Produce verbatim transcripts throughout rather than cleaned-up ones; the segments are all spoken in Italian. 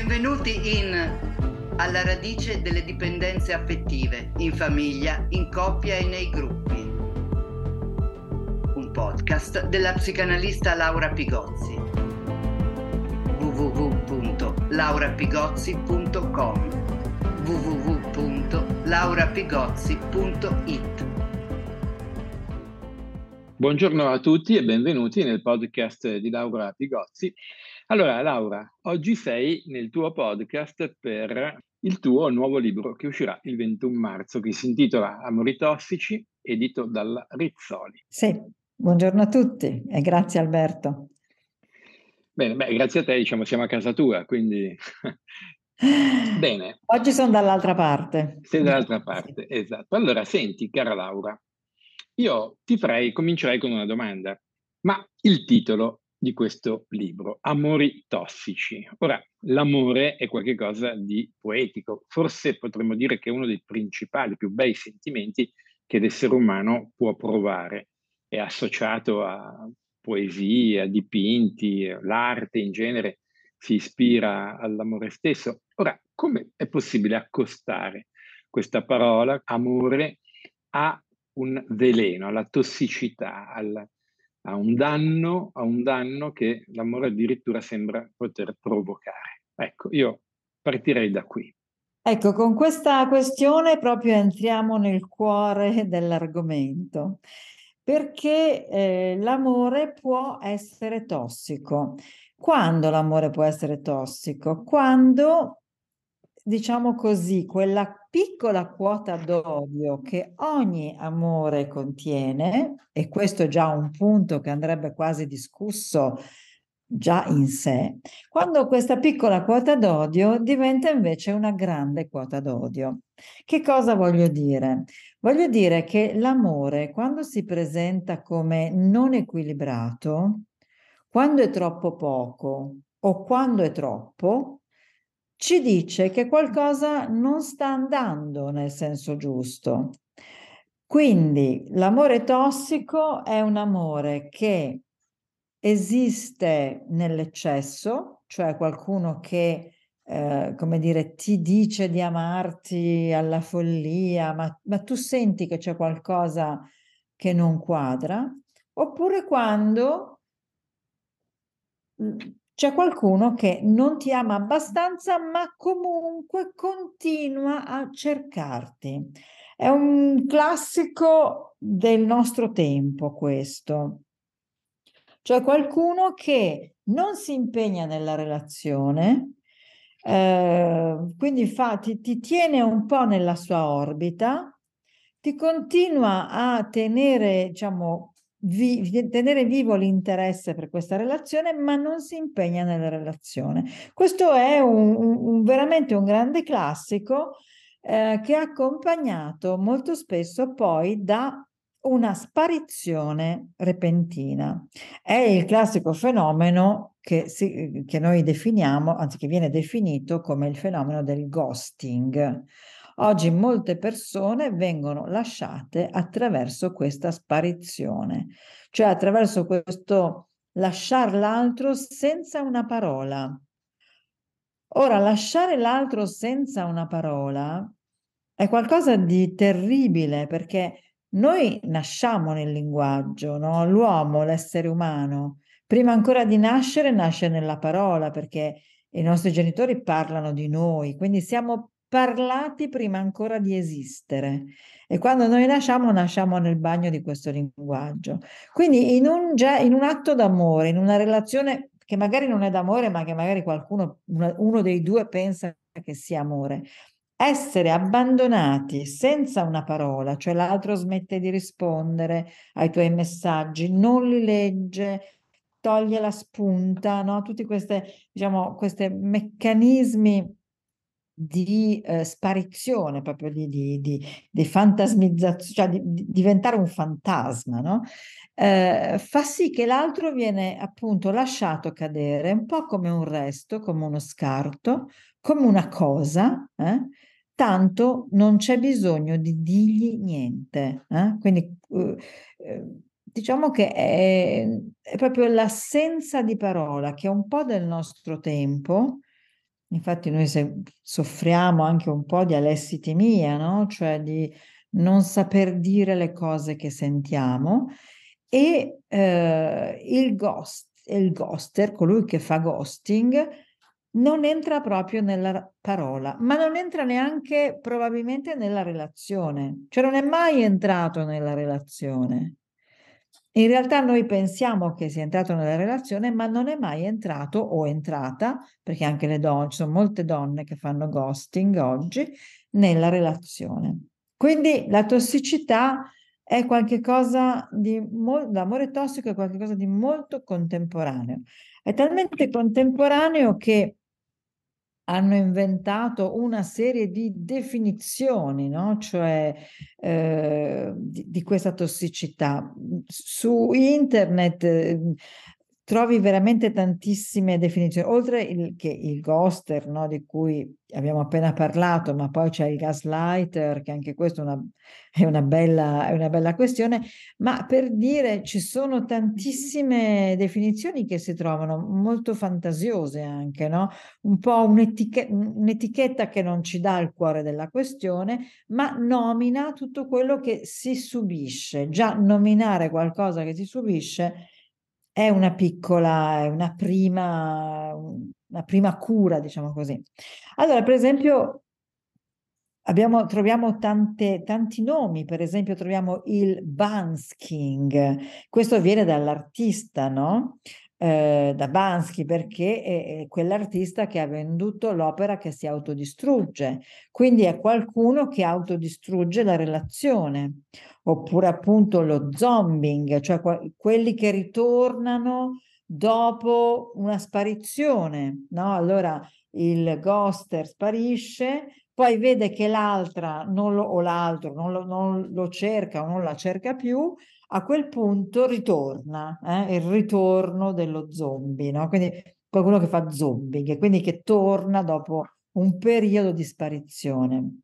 Benvenuti in Alla radice delle dipendenze affettive, in famiglia, in coppia e nei gruppi. Un podcast della psicanalista Laura Pigozzi. w w w punto laura pigozzi punto com w w w punto laura pigozzi punto i t. Buongiorno a tutti e benvenuti nel podcast di Laura Pigozzi. Allora, Laura, oggi sei nel tuo podcast per il tuo nuovo libro che uscirà il ventuno marzo, che si intitola Amori tossici, edito dalla Rizzoli. Sì, buongiorno a tutti e grazie Alberto. Bene, beh, grazie a te, diciamo, siamo a casa tua, quindi... Bene. Oggi sono dall'altra parte. Sei dall'altra parte, esatto. Allora, senti, cara Laura, io ti farei, comincerei con una domanda. Ma il titolo di questo libro, Amori tossici. Ora, l'amore è qualcosa di poetico, forse potremmo dire che è uno dei principali, più bei sentimenti che l'essere umano può provare. È associato a poesie, a dipinti, l'arte in genere si ispira all'amore stesso. Ora, come è possibile accostare questa parola, amore, a un veleno, alla tossicità, al a un danno, a un danno che l'amore addirittura sembra poter provocare? Ecco, io partirei da qui. Ecco, con questa questione proprio entriamo nel cuore dell'argomento, perché eh, l'amore può essere tossico. Quando l'amore può essere tossico? Quando, diciamo così, quella piccola quota d'odio che ogni amore contiene, e questo è già un punto che andrebbe quasi discusso già in sé, quando questa piccola quota d'odio diventa invece una grande quota d'odio. Che cosa voglio dire? Voglio dire che l'amore, quando si presenta come non equilibrato, quando è troppo poco o quando è troppo, ci dice che qualcosa non sta andando nel senso giusto. Quindi l'amore tossico è un amore che esiste nell'eccesso, cioè qualcuno che, eh, come dire, ti dice di amarti alla follia, ma, ma tu senti che c'è qualcosa che non quadra, oppure quando c'è qualcuno che non ti ama abbastanza, ma comunque continua a cercarti. È un classico del nostro tempo questo. Cioè qualcuno che non si impegna nella relazione, eh, quindi fa, ti, ti tiene un po' nella sua orbita, ti continua a tenere, diciamo, vi, tenere vivo l'interesse per questa relazione, ma non si impegna nella relazione. Questo è un, un, veramente un grande classico eh, che è accompagnato molto spesso poi da una sparizione repentina. È il classico fenomeno che, si, che noi definiamo, anzi che viene definito come il fenomeno del ghosting. Oggi molte persone vengono lasciate attraverso questa sparizione, cioè attraverso questo lasciare l'altro senza una parola. Ora, lasciare l'altro senza una parola è qualcosa di terribile, perché noi nasciamo nel linguaggio, no? L'uomo, l'essere umano, prima ancora di nascere, nasce nella parola, perché i nostri genitori parlano di noi, quindi siamo parlati prima ancora di esistere. E quando noi nasciamo, nasciamo nel bagno di questo linguaggio. Quindi in un, in un atto d'amore, in una relazione che magari non è d'amore, ma che magari qualcuno, uno dei due pensa che sia amore, essere abbandonati senza una parola, cioè l'altro smette di rispondere ai tuoi messaggi, non li legge, toglie la spunta, no? Tutti questi, diciamo, questi meccanismi di eh, sparizione, proprio di, di, di, di fantasmizzazione, cioè di, di diventare un fantasma, no? Eh, fa sì che l'altro viene appunto lasciato cadere un po' come un resto, come uno scarto, come una cosa, eh? Tanto non c'è bisogno di dirgli niente. Eh? Quindi eh, eh, diciamo che è, è proprio l'assenza di parola che è un po' del nostro tempo, Infatti noi se- soffriamo anche un po' di alessitimia, no? Cioè di non saper dire le cose che sentiamo e eh, il ghost, il ghoster, colui che fa ghosting, non entra proprio nella parola, ma non entra neanche probabilmente nella relazione, cioè non è mai entrato nella relazione. In realtà noi pensiamo che sia entrato nella relazione, ma non è mai entrato o entrata, perché anche le donne, ci sono molte donne che fanno ghosting oggi, nella relazione. Quindi la tossicità è qualcosa di molto, l'amore tossico è qualcosa di molto contemporaneo. È talmente contemporaneo che hanno inventato una serie di definizioni, no? Cioè eh, di, di questa tossicità. Su internet eh, trovi veramente tantissime definizioni, oltre il, che il ghoster, no? Di cui abbiamo appena parlato, ma poi c'è il gaslighter, che anche questo è una, è una bella, è una bella questione, ma per dire ci sono tantissime definizioni che si trovano molto fantasiose anche, no? Un po' un'etiche- un'etichetta che non ci dà il cuore della questione, ma nomina tutto quello che si subisce. Già nominare qualcosa che si subisce è una piccola, è una prima, una prima cura, diciamo così. Allora, per esempio, abbiamo, troviamo tante, tanti nomi, per esempio troviamo il Bansking, questo viene dall'artista, no? Eh, da Bansky perché è, è quell'artista che ha venduto l'opera che si autodistrugge, quindi è qualcuno che autodistrugge la relazione, oppure appunto lo zombing, cioè quelli che ritornano dopo una sparizione, no? Allora il ghoster sparisce, poi vede che l'altra non lo, o l'altro non lo, non lo cerca o non la cerca più, a quel punto ritorna, eh, il ritorno dello zombie, no? Quindi qualcuno che fa zombie, e quindi che torna dopo un periodo di sparizione.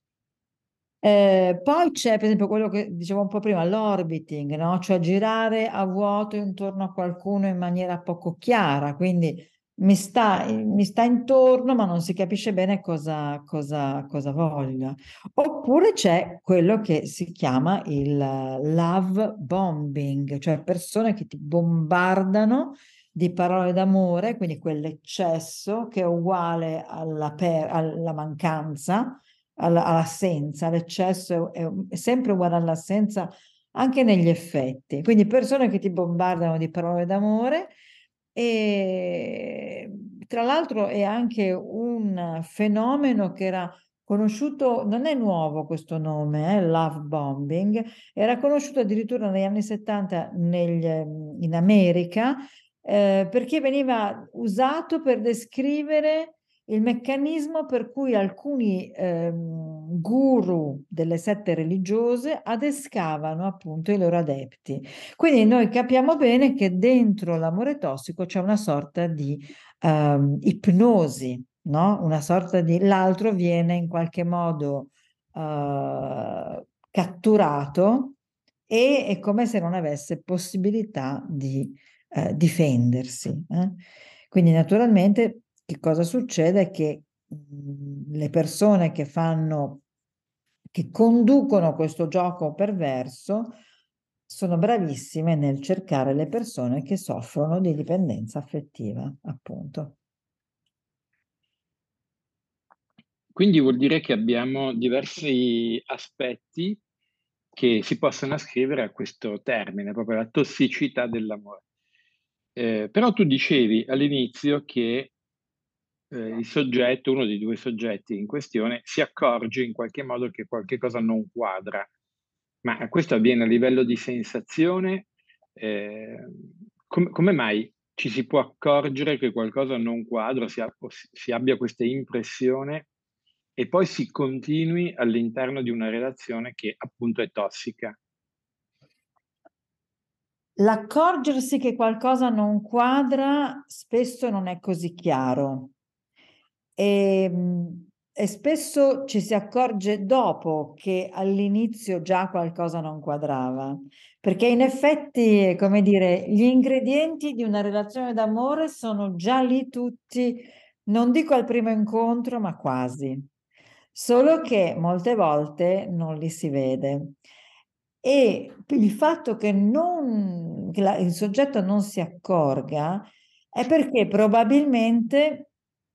Eh, poi c'è per esempio quello che dicevo un po' prima, l'orbiting, no? Cioè girare a vuoto intorno a qualcuno in maniera poco chiara, quindi mi sta, mi sta intorno ma non si capisce bene cosa, cosa, cosa voglia. Oppure c'è quello che si chiama il love bombing, cioè persone che ti bombardano di parole d'amore, quindi quell'eccesso che è uguale alla, per- alla mancanza alla- all'assenza, l'eccesso è, è sempre uguale all'assenza anche negli effetti. Quindi persone che ti bombardano di parole d'amore e tra l'altro è anche un fenomeno che era conosciuto, non è nuovo questo nome, eh, love bombing, era conosciuto addirittura negli anni settanta negli- in America eh, perché veniva usato per descrivere il meccanismo per cui alcuni ehm, guru delle sette religiose adescavano appunto i loro adepti. Quindi noi capiamo bene che dentro l'amore tossico c'è una sorta di ehm, ipnosi, no? Una sorta di l'altro viene in qualche modo eh, catturato e è come se non avesse possibilità di eh, difendersi. eh. Quindi naturalmente che cosa succede? Che mh, le persone che fanno, che conducono questo gioco perverso sono bravissime nel cercare le persone che soffrono di dipendenza affettiva, appunto. Quindi vuol dire che abbiamo diversi aspetti che si possono ascrivere a questo termine, proprio la tossicità dell'amore. Eh, però tu dicevi all'inizio che eh, il soggetto, uno dei due soggetti in questione, si accorge in qualche modo che qualche cosa non quadra. Ma questo avviene a livello di sensazione? Eh, com- come mai ci si può accorgere che qualcosa non quadra, si, ha- o si si abbia questa impressione e poi si continui all'interno di una relazione che appunto è tossica? L'accorgersi che qualcosa non quadra spesso non è così chiaro e, e spesso ci si accorge dopo che all'inizio già qualcosa non quadrava, perché in effetti, come dire, gli ingredienti di una relazione d'amore sono già lì tutti Non dico al primo incontro, ma quasi. Solo che molte volte non li si vede. E il fatto che, non, che la- il soggetto non si accorga è perché probabilmente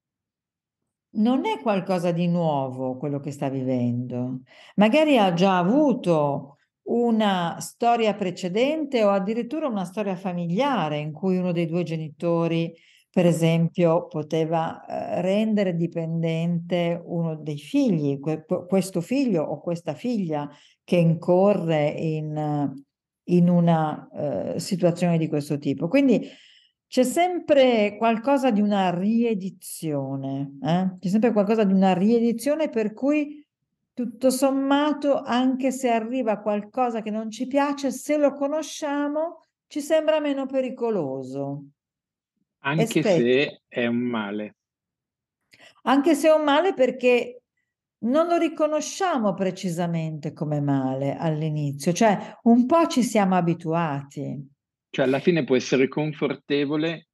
non è qualcosa di nuovo quello che sta vivendo. Magari ha già avuto una storia precedente o addirittura una storia familiare in cui uno dei due genitori, per esempio, poteva eh, rendere dipendente uno dei figli, que- questo figlio o questa figlia che incorre in, eh, in una eh, situazione di questo tipo. Quindi c'è sempre qualcosa di una riedizione, eh? C'è sempre qualcosa di una riedizione per cui tutto sommato, anche se arriva qualcosa che non ci piace, se lo conosciamo, ci sembra meno pericoloso. E Anche spesso, se è un male. anche se è un male perché non lo riconosciamo precisamente come male all'inizio, cioè un po' ci siamo abituati. Cioè, alla fine può essere confortevole,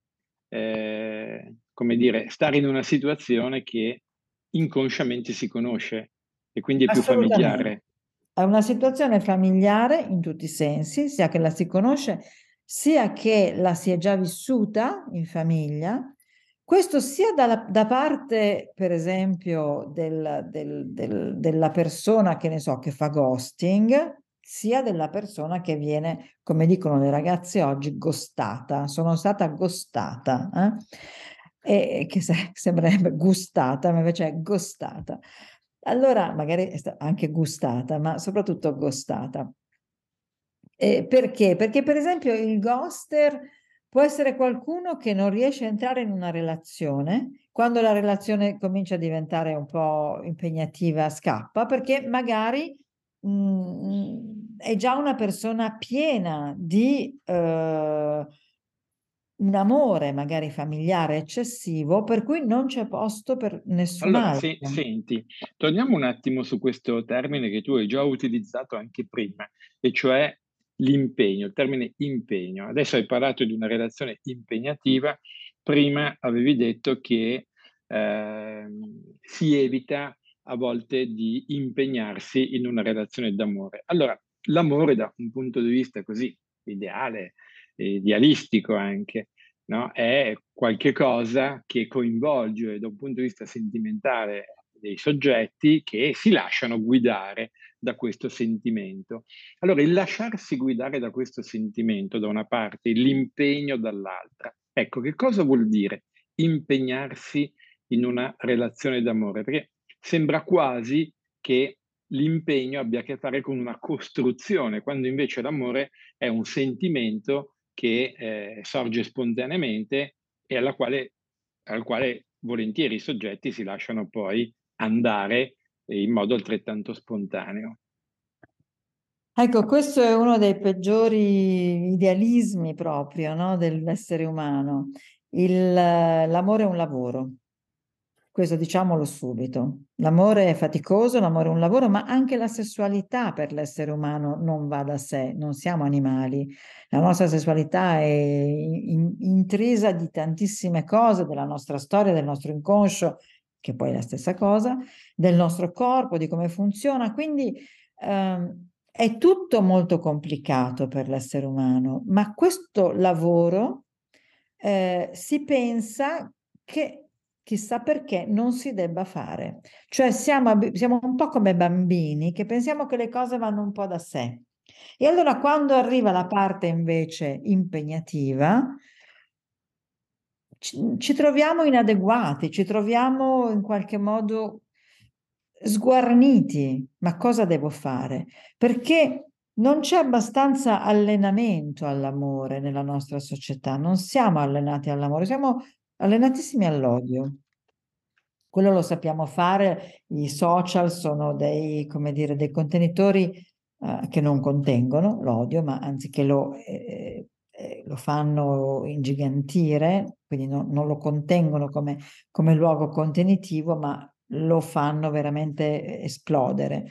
eh, come dire, stare in una situazione che inconsciamente si conosce e quindi è più Assolutamente. familiare. È una situazione familiare in tutti i sensi, sia che la si conosce, sia che la si è già vissuta in famiglia. Questo sia dalla- da parte, per esempio, del- del- del- della persona che ne so, che fa ghosting, sia della persona che viene, come dicono le ragazze oggi, ghostata. Sono stata ghostata, eh? E che se- sembrerebbe gustata, ma invece è ghostata. Allora, magari è sta- anche gustata, ma soprattutto ghostata. Eh, perché? Perché per esempio il ghoster può essere qualcuno che non riesce a entrare in una relazione, quando la relazione comincia a diventare un po' impegnativa, scappa, perché magari mm, è già una persona piena di eh, un amore magari familiare eccessivo, per cui non c'è posto per nessun Allora, se- altro. senti, torniamo un attimo su questo termine che tu hai già utilizzato anche prima, e cioè l'impegno, il termine impegno. Adesso hai parlato di una relazione impegnativa, prima avevi detto che ehm, si evita a volte di impegnarsi in una relazione d'amore. Allora, l'amore da un punto di vista così ideale, idealistico anche, no? È qualche cosa che coinvolge da un punto di vista sentimentale dei soggetti che si lasciano guidare da questo sentimento. Allora, il lasciarsi guidare da questo sentimento da una parte, l'impegno dall'altra. Ecco, che cosa vuol dire impegnarsi in una relazione d'amore? Perché sembra quasi che l'impegno abbia a che fare con una costruzione, quando invece l'amore è un sentimento che eh, sorge spontaneamente e alla quale, al quale volentieri i soggetti si lasciano poi andare in modo altrettanto spontaneo. Ecco, questo è uno dei peggiori idealismi proprio, no, dell'essere umano. Il, l'amore è un lavoro, questo diciamolo subito. L'amore è faticoso, l'amore è un lavoro, ma anche la sessualità per l'essere umano non va da sé, non siamo animali. La nostra sessualità è in- intrisa di tantissime cose della nostra storia, del nostro inconscio, che poi è la stessa cosa, del nostro corpo, di come funziona. Quindi ehm, è tutto molto complicato per l'essere umano, ma questo lavoro eh, si pensa che chissà perché non si debba fare. Cioè siamo, ab- siamo un po' come bambini che pensiamo che le cose vanno un po' da sé. E allora quando arriva la parte invece impegnativa, ci, ci troviamo inadeguati, ci troviamo in qualche modo sguarniti. Ma cosa devo fare? Perché non c'è abbastanza allenamento all'amore nella nostra società, non siamo allenati all'amore, siamo allenatissimi all'odio. Quello lo sappiamo fare, i social sono dei, come dire, dei contenitori eh, che non contengono l'odio, ma anziché lo, eh, eh, lo fanno ingigantire, quindi no- non lo contengono come, come luogo contenitivo, ma lo fanno veramente esplodere.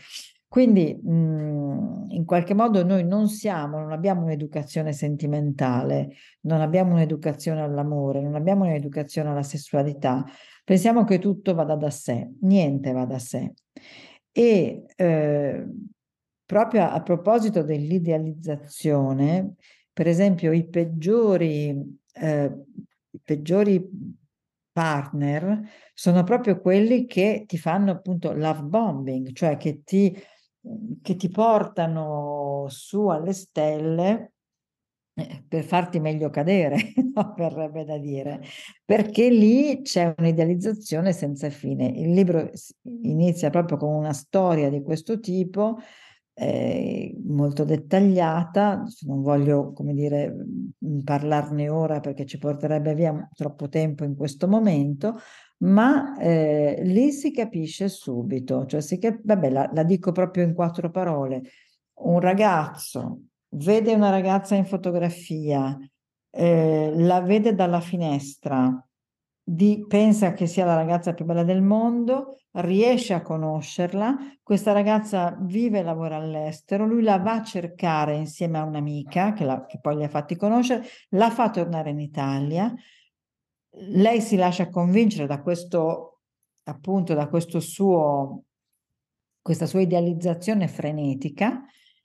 Quindi mh, in qualche modo noi non siamo, non abbiamo un'educazione sentimentale, non abbiamo un'educazione all'amore, non abbiamo un'educazione alla sessualità. Pensiamo che tutto vada da sé, niente va da sé. E eh, proprio a, a proposito dell'idealizzazione, per esempio, i peggiori, eh, i peggiori partner sono proprio quelli che ti fanno appunto love bombing, cioè che ti, che ti portano su alle stelle eh, per farti meglio cadere, no? Verrebbe da dire, perché lì c'è un'idealizzazione senza fine. Il libro s- inizia proprio con una storia di questo tipo, eh, molto dettagliata. Non voglio, come dire, mh, parlarne ora perché ci porterebbe via troppo tempo in questo momento, ma eh, lì si capisce subito, cioè si cap- vabbè, la, la dico proprio in quattro parole. Un ragazzo vede una ragazza in fotografia, eh, la vede dalla finestra, di- pensa che sia la ragazza più bella del mondo, riesce a conoscerla, questa ragazza vive e lavora all'estero, lui la va a cercare insieme a un'amica che, la- che poi li ha fatti conoscere, la fa tornare in Italia, lei si lascia convincere da questo, appunto, da questo suo, questa sua idealizzazione frenetica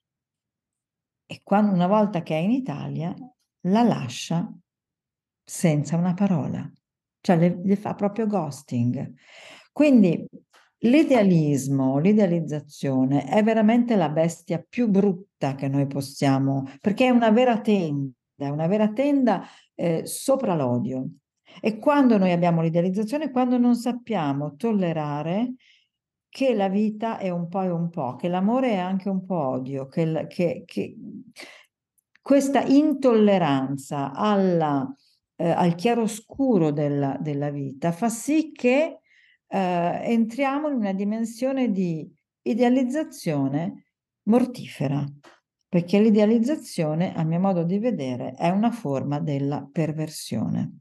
e quando, una volta che è in Italia, la lascia senza una parola, cioè le, le fa proprio ghosting. Quindi l'idealismo, l'idealizzazione è veramente la bestia più brutta che noi possiamo, perché è una vera tenda, è una vera tenda eh, sopra l'odio. E quando noi abbiamo l'idealizzazione, quando non sappiamo tollerare che la vita è un po' e un po', che l'amore è anche un po' odio, che, il- che- che questa intolleranza alla, eh, al chiaroscuro della, della vita fa sì che eh, entriamo in una dimensione di idealizzazione mortifera, perché l'idealizzazione, a mio modo di vedere, è una forma della perversione.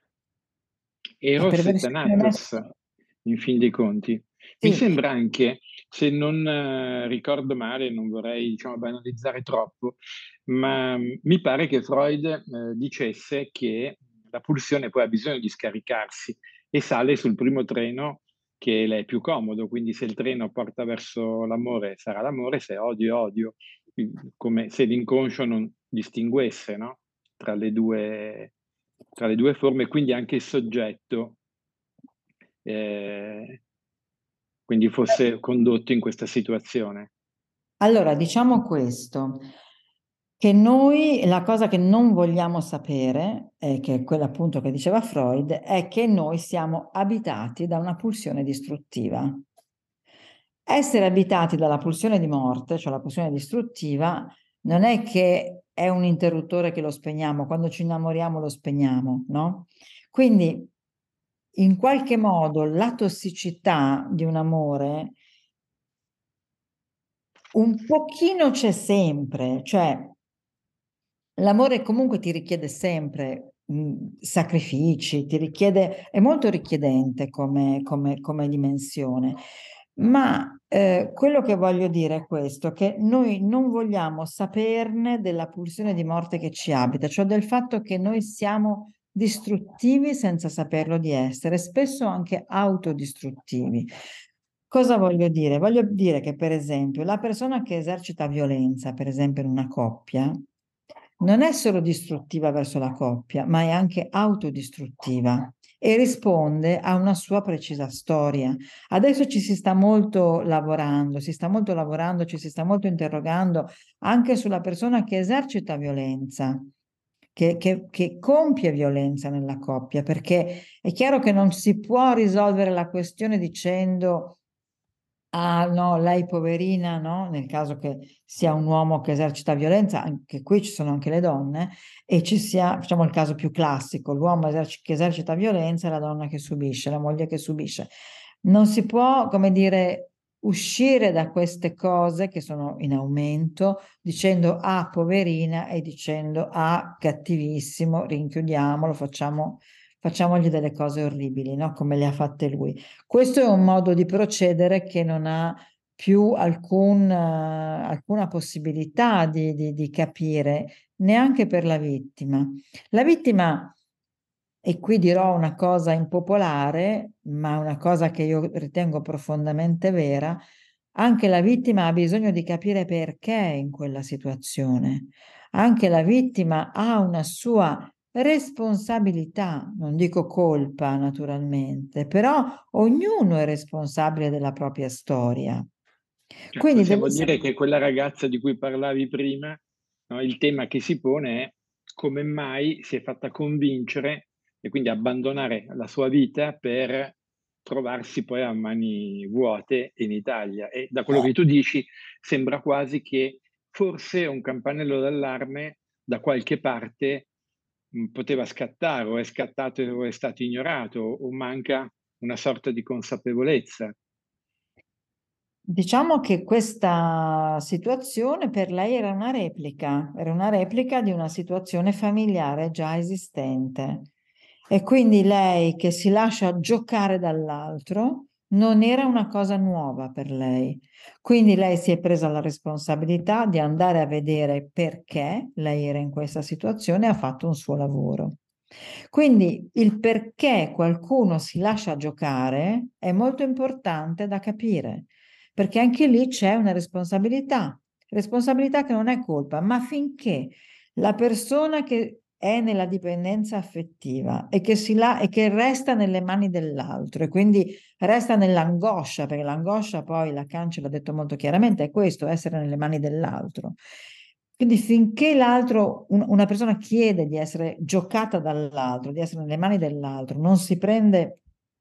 La Eros e perversione, Thanatos, in fin dei conti. Mi sì, sembra anche, se non eh, ricordo male, non vorrei, diciamo, banalizzare troppo, ma mm, mi pare che Freud eh, dicesse che la pulsione poi ha bisogno di scaricarsi e sale sul primo treno che le è più comodo, quindi se il treno porta verso l'amore sarà l'amore, se odio odio, come se l'inconscio non distinguesse, no? Tra le due, tra le due forme, quindi anche il soggetto eh, quindi fosse condotto in questa situazione. allora diciamo questo, che noi, la cosa che non vogliamo sapere, e che è quella appunto che diceva Freud, è che noi siamo abitati da una pulsione distruttiva. Essere abitati dalla pulsione di morte, cioè la pulsione distruttiva, non è che è un interruttore che lo spegniamo, quando ci innamoriamo lo spegniamo, no? Quindi, in qualche modo, la tossicità di un amore un pochino c'è sempre, cioè l'amore comunque ti richiede sempre mh, sacrifici, ti richiede, è molto richiedente come, come- come dimensione, ma eh, quello che voglio dire è questo, che noi non vogliamo saperne della pulsione di morte che ci abita, cioè del fatto che noi siamo distruttivi senza saperlo di essere, spesso anche autodistruttivi. Cosa voglio dire? Voglio dire che, per esempio, la persona che esercita violenza, per esempio in una coppia, non è solo distruttiva verso la coppia, ma è anche autodistruttiva e risponde a una sua precisa storia. Adesso ci si sta molto lavorando, si sta molto lavorando, ci si sta molto interrogando anche sulla persona che esercita violenza, che, che, che compie violenza nella coppia, perché è chiaro che non si può risolvere la questione dicendo ah no, lei poverina, no? Nel caso che sia un uomo che esercita violenza, anche qui ci sono anche le donne, e ci sia, facciamo il caso più classico, l'uomo eserci- che esercita violenza e la donna che subisce, la moglie che subisce. Non si può, come dire, uscire da queste cose che sono in aumento dicendo ah, poverina e dicendo ah, cattivissimo, rinchiudiamolo, facciamo, facciamogli delle cose orribili, no? Come le ha fatte lui. Questo è un modo di procedere che non ha più alcun, eh, alcuna possibilità di, di- di capire, neanche per la vittima. La vittima, e qui dirò una cosa impopolare, ma una cosa che io ritengo profondamente vera, anche la vittima ha bisogno di capire perché è in quella situazione. Anche la vittima ha una sua responsabilità, non dico colpa naturalmente, però ognuno è responsabile della propria storia. Cioè, Quindi deve possiamo dire essere... che quella ragazza di cui parlavi prima, no, il tema che si pone è come mai si è fatta convincere e quindi abbandonare la sua vita per trovarsi poi a mani vuote in Italia. E da quello che tu dici sembra quasi che forse un campanello d'allarme da qualche parte mh, poteva scattare, o è scattato o è stato ignorato, o manca una sorta di consapevolezza. Diciamo che questa situazione per lei era una replica, era una replica di una situazione familiare già esistente. E quindi lei che si lascia giocare dall'altro non era una cosa nuova per lei. Quindi lei si è presa la responsabilità di andare a vedere perché lei era in questa situazione e ha fatto un suo lavoro. Quindi il perché qualcuno si lascia giocare è molto importante da capire, perché anche lì c'è una responsabilità, responsabilità che non è colpa, ma finché la persona che è nella dipendenza affettiva e che, si la, e che resta nelle mani dell'altro e quindi resta nell'angoscia, perché l'angoscia poi Lacan ce l'ha detto molto chiaramente, è questo, essere nelle mani dell'altro. Quindi finché l'altro, un- una persona chiede di essere giocata dall'altro, di essere nelle mani dell'altro, non si prende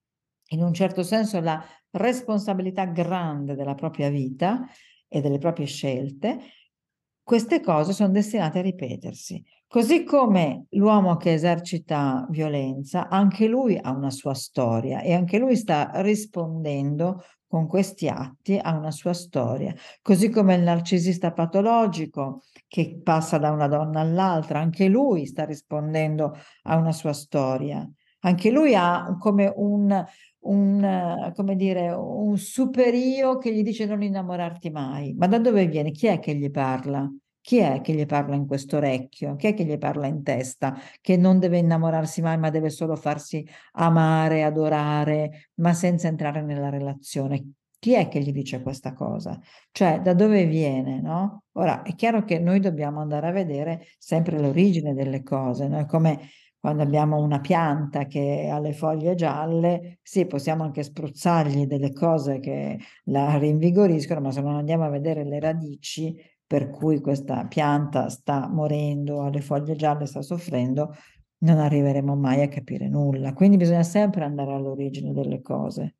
in un certo senso la responsabilità grande della propria vita e delle proprie scelte, queste cose sono destinate a ripetersi. Così come l'uomo che esercita violenza, anche lui ha una sua storia e anche lui sta rispondendo con questi atti a una sua storia. Così come il narcisista patologico che passa da una donna all'altra, anche lui sta rispondendo a una sua storia. Anche lui ha come un, un, eh, come dire, un superio che gli dice non innamorarti mai. Ma da dove viene? Chi è che gli parla? Chi è che gli parla in questo orecchio? Chi è che gli parla in testa? Che non deve innamorarsi mai, ma deve solo farsi amare, adorare, ma senza entrare nella relazione. Chi è che gli dice questa cosa? Cioè, da dove viene, no? Ora, è chiaro che noi dobbiamo andare a vedere sempre l'origine delle cose, no? È come quando abbiamo una pianta che ha le foglie gialle, sì, possiamo anche spruzzargli delle cose che la rinvigoriscono, ma se non andiamo a vedere le radici per cui questa pianta sta morendo, ha le foglie gialle, sta soffrendo, non arriveremo mai a capire nulla. Quindi bisogna sempre andare all'origine delle cose.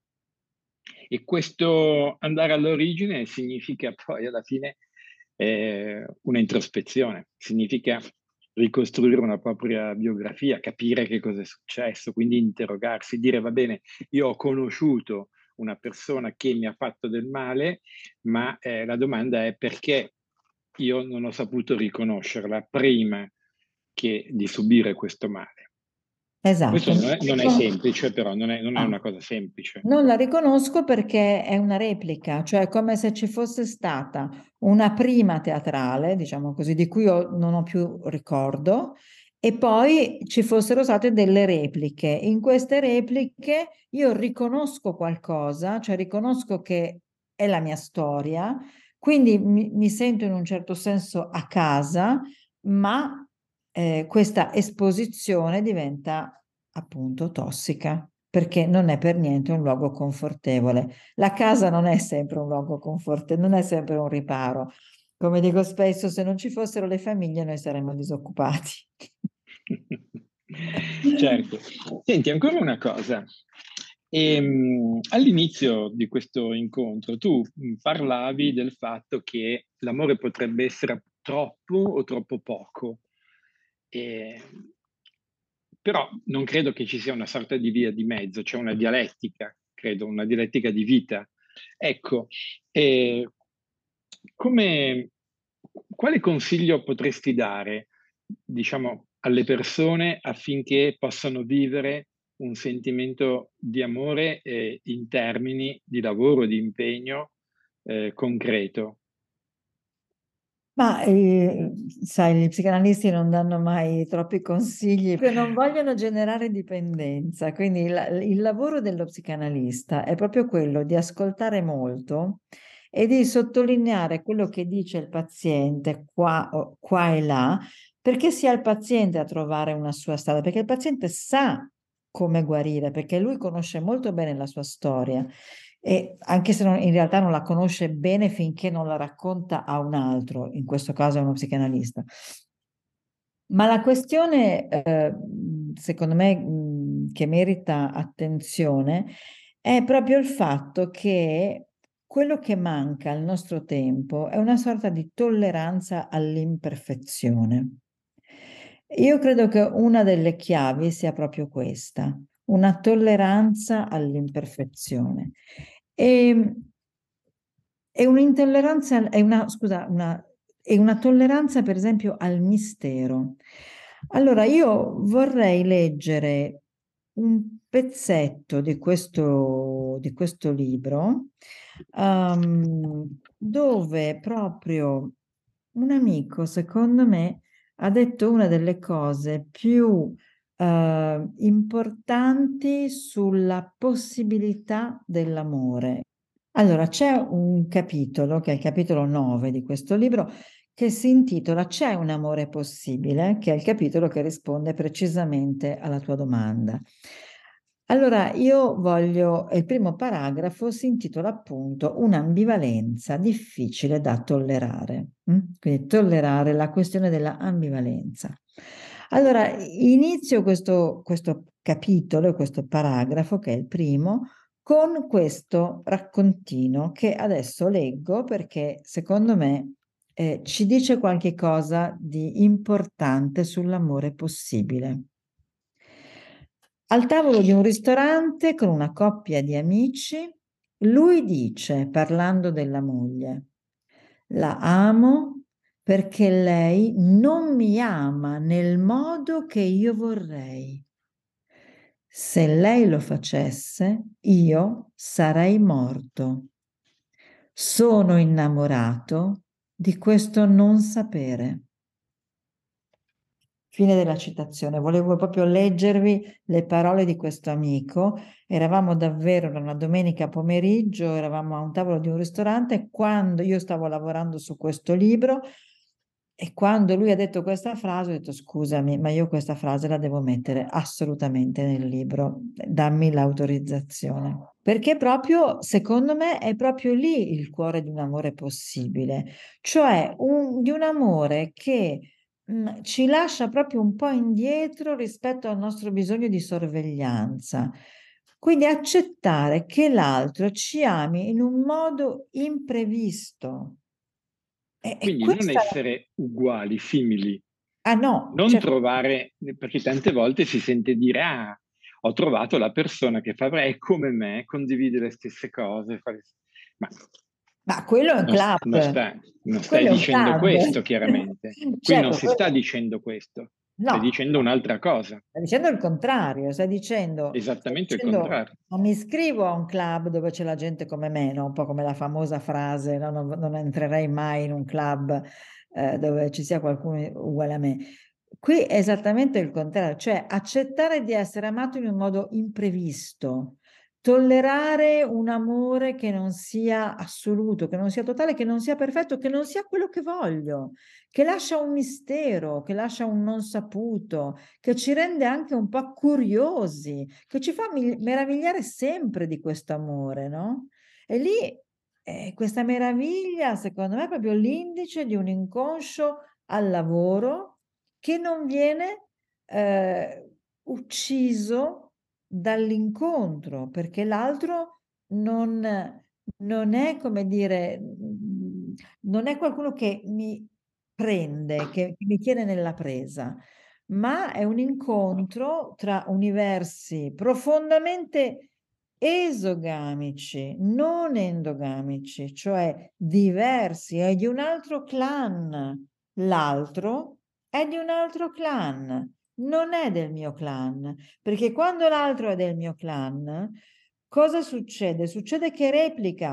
E questo andare all'origine significa poi alla fine eh, una introspezione, significa ricostruire una propria biografia, capire che cosa è successo, quindi interrogarsi, dire va bene, io ho conosciuto una persona che mi ha fatto del male, ma eh, la domanda è perché io non ho saputo riconoscerla prima che di subire questo male. Esatto. Questo non è, non è semplice, però non è, non è No. una cosa semplice. Non la riconosco perché è una replica, cioè è come se ci fosse stata una prima teatrale, diciamo così, di cui io non ho più ricordo, e poi ci fossero state delle repliche. In queste repliche io riconosco qualcosa, cioè riconosco che è la mia storia, quindi mi, mi sento in un certo senso a casa, ma eh, questa esposizione diventa appunto tossica perché non è per niente un luogo confortevole. La casa non è sempre un luogo confortevole, non è sempre un riparo. Come dico spesso, se non ci fossero le famiglie noi saremmo disoccupati. Certo. Senti, ancora una cosa. Ehm, all'inizio di questo incontro tu mh, parlavi del fatto che l'amore potrebbe essere troppo o troppo poco. E- Però non credo che ci sia una sorta di via di mezzo, c'è una dialettica, credo, una dialettica di vita. Ecco, eh, come, quale consiglio potresti dare, diciamo, alle persone affinché possano vivere un sentimento di amore eh, in termini di lavoro, di impegno, eh, concreto? Ma eh, sai, gli psicanalisti non danno mai troppi consigli, perché non vogliono generare dipendenza. Quindi il, il lavoro dello psicanalista è proprio quello di ascoltare molto e di sottolineare quello che dice il paziente qua, o- qua e là, perché sia il paziente a trovare una sua strada, perché il paziente sa come guarire, perché lui conosce molto bene la sua storia. E anche se non- in realtà non la conosce bene finché non la racconta a un altro, in questo caso è uno psicanalista. Ma la questione, eh, secondo me, mh, che merita attenzione è proprio il fatto che quello che manca al nostro tempo è una sorta di tolleranza all'imperfezione. Io credo che una delle chiavi sia proprio questa, una tolleranza all'imperfezione. E, e un'intolleranza, è una, scusa, una, e una tolleranza, per esempio, al mistero. Allora, io vorrei leggere un pezzetto di questo, di questo libro, ehm, dove proprio un amico, secondo me, ha detto una delle cose più eh, importanti sulla possibilità dell'amore. Allora, c'è un capitolo, che è il capitolo nove di questo libro, che si intitola C'è un amore possibile, che è il capitolo che risponde precisamente alla tua domanda. Allora, io voglio, il primo paragrafo si intitola appunto Un'ambivalenza difficile da tollerare. mm? Quindi tollerare la questione della ambivalenza. Allora, inizio questo, questo capitolo, questo paragrafo, che è il primo, con questo raccontino che adesso leggo perché secondo me eh, ci dice qualche cosa di importante sull'amore possibile. Al tavolo di un ristorante con una coppia di amici, lui dice, parlando della moglie, la amo perché lei non mi ama nel modo che io vorrei. Se lei lo facesse, io sarei morto. Sono innamorato di questo non sapere. Fine della citazione. Volevo proprio leggervi le parole di questo amico. Eravamo davvero, era una domenica pomeriggio, eravamo a un tavolo di un ristorante quando io stavo lavorando su questo libro e quando lui ha detto questa frase ho detto scusami, ma io questa frase la devo mettere assolutamente nel libro, dammi l'autorizzazione. Perché proprio, secondo me, è proprio lì il cuore di un amore possibile, cioè un- di un amore che mh, ci lascia proprio un po' indietro rispetto al nostro bisogno di sorveglianza. Quindi accettare che l'altro ci ami in un modo imprevisto. E, e Quindi non questa... essere uguali, simili, Ah no, non certo. trovare, perché tante volte si sente dire, ah, ho trovato la persona che fa, è come me, condivide le stesse cose, fa le- ma Ma quello è un non, non club, sta- non stai quello è un dicendo club. questo, chiaramente. Qui non Certo, si sta quello... dicendo questo, stai No, dicendo un'altra cosa, stai dicendo il contrario, stai dicendo, stai esattamente il dicendo contrario. non mi iscrivo a un club dove c'è la gente come me, no? Un po' come la famosa frase, no? Non, non entrerei mai in un club eh, dove ci sia qualcuno uguale a me. Qui è esattamente il contrario, cioè accettare di essere amato in un modo imprevisto, tollerare un amore che non sia assoluto, che non sia totale, che non sia perfetto, che non sia quello che voglio, che lascia un mistero, che lascia un non saputo, che ci rende anche un po' curiosi, che ci fa mi- meravigliare sempre di questo amore, no? E lì eh, questa meraviglia, secondo me, è proprio l'indice di un inconscio al lavoro che non viene eh, ucciso dall'incontro, perché l'altro non, non è, come dire, mm, non è qualcuno che mi prende, che mi tiene nella presa, ma è un incontro tra universi profondamente esogamici, non endogamici, cioè diversi, è di un altro clan. L'altro è di un altro clan, non è del mio clan, perché quando l'altro è del mio clan, cosa succede? Succede che replica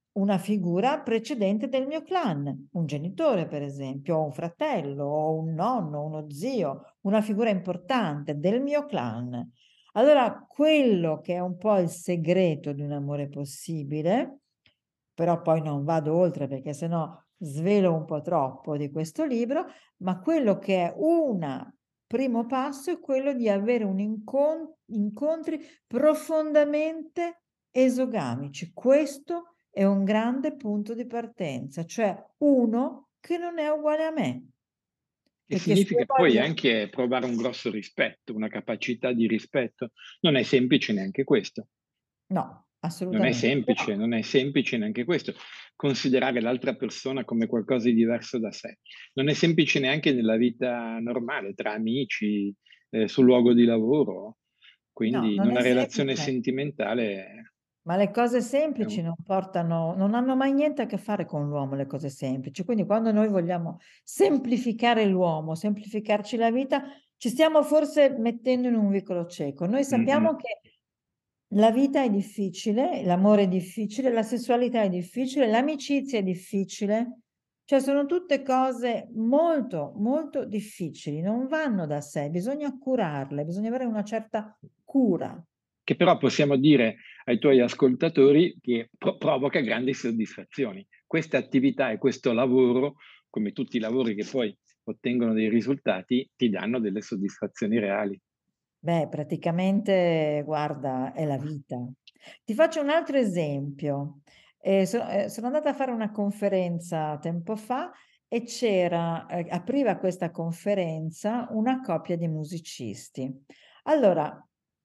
una figura precedente del mio clan, un genitore per esempio, o un fratello, o un nonno, uno zio, una figura importante del mio clan. Allora, quello che è un po' il segreto di un amore possibile, però poi non vado oltre perché sennò svelo un po' troppo di questo libro, ma quello che è un primo passo è quello di avere un incon- incontri profondamente esogamici. Questo è un grande punto di partenza, cioè uno che non è uguale a me. Che Perché se io significa poi voglio... anche provare un grosso rispetto, una capacità di rispetto. Non è semplice neanche questo. No, Non è assolutamente semplice, no. non è semplice neanche questo, considerare l'altra persona come qualcosa di diverso da sé. Non è semplice neanche nella vita normale, tra amici, eh, sul luogo di lavoro. No, Quindi in non è una relazione semplice. sentimentale Ma le cose è un... semplici non portano, non hanno mai niente a che fare con l'uomo, le cose semplici. Quindi quando noi vogliamo semplificare l'uomo, semplificarci la vita, ci stiamo forse mettendo in un vicolo cieco. Noi Mm, mm. sappiamo che la vita è difficile, l'amore è difficile, la sessualità è difficile, l'amicizia è difficile. Cioè sono tutte cose molto, molto difficili, non vanno da sé, bisogna curarle, bisogna avere una certa cura. Che però possiamo dire ai tuoi ascoltatori che pro- provoca grandi soddisfazioni. Questa attività e questo lavoro, come tutti i lavori che poi ottengono dei risultati, ti danno delle soddisfazioni reali. Beh, praticamente, guarda, è la vita. Ti faccio un altro esempio. Eh, so- eh, sono andata a fare una conferenza tempo fa e c'era, eh, apriva questa conferenza una coppia di musicisti. Allora,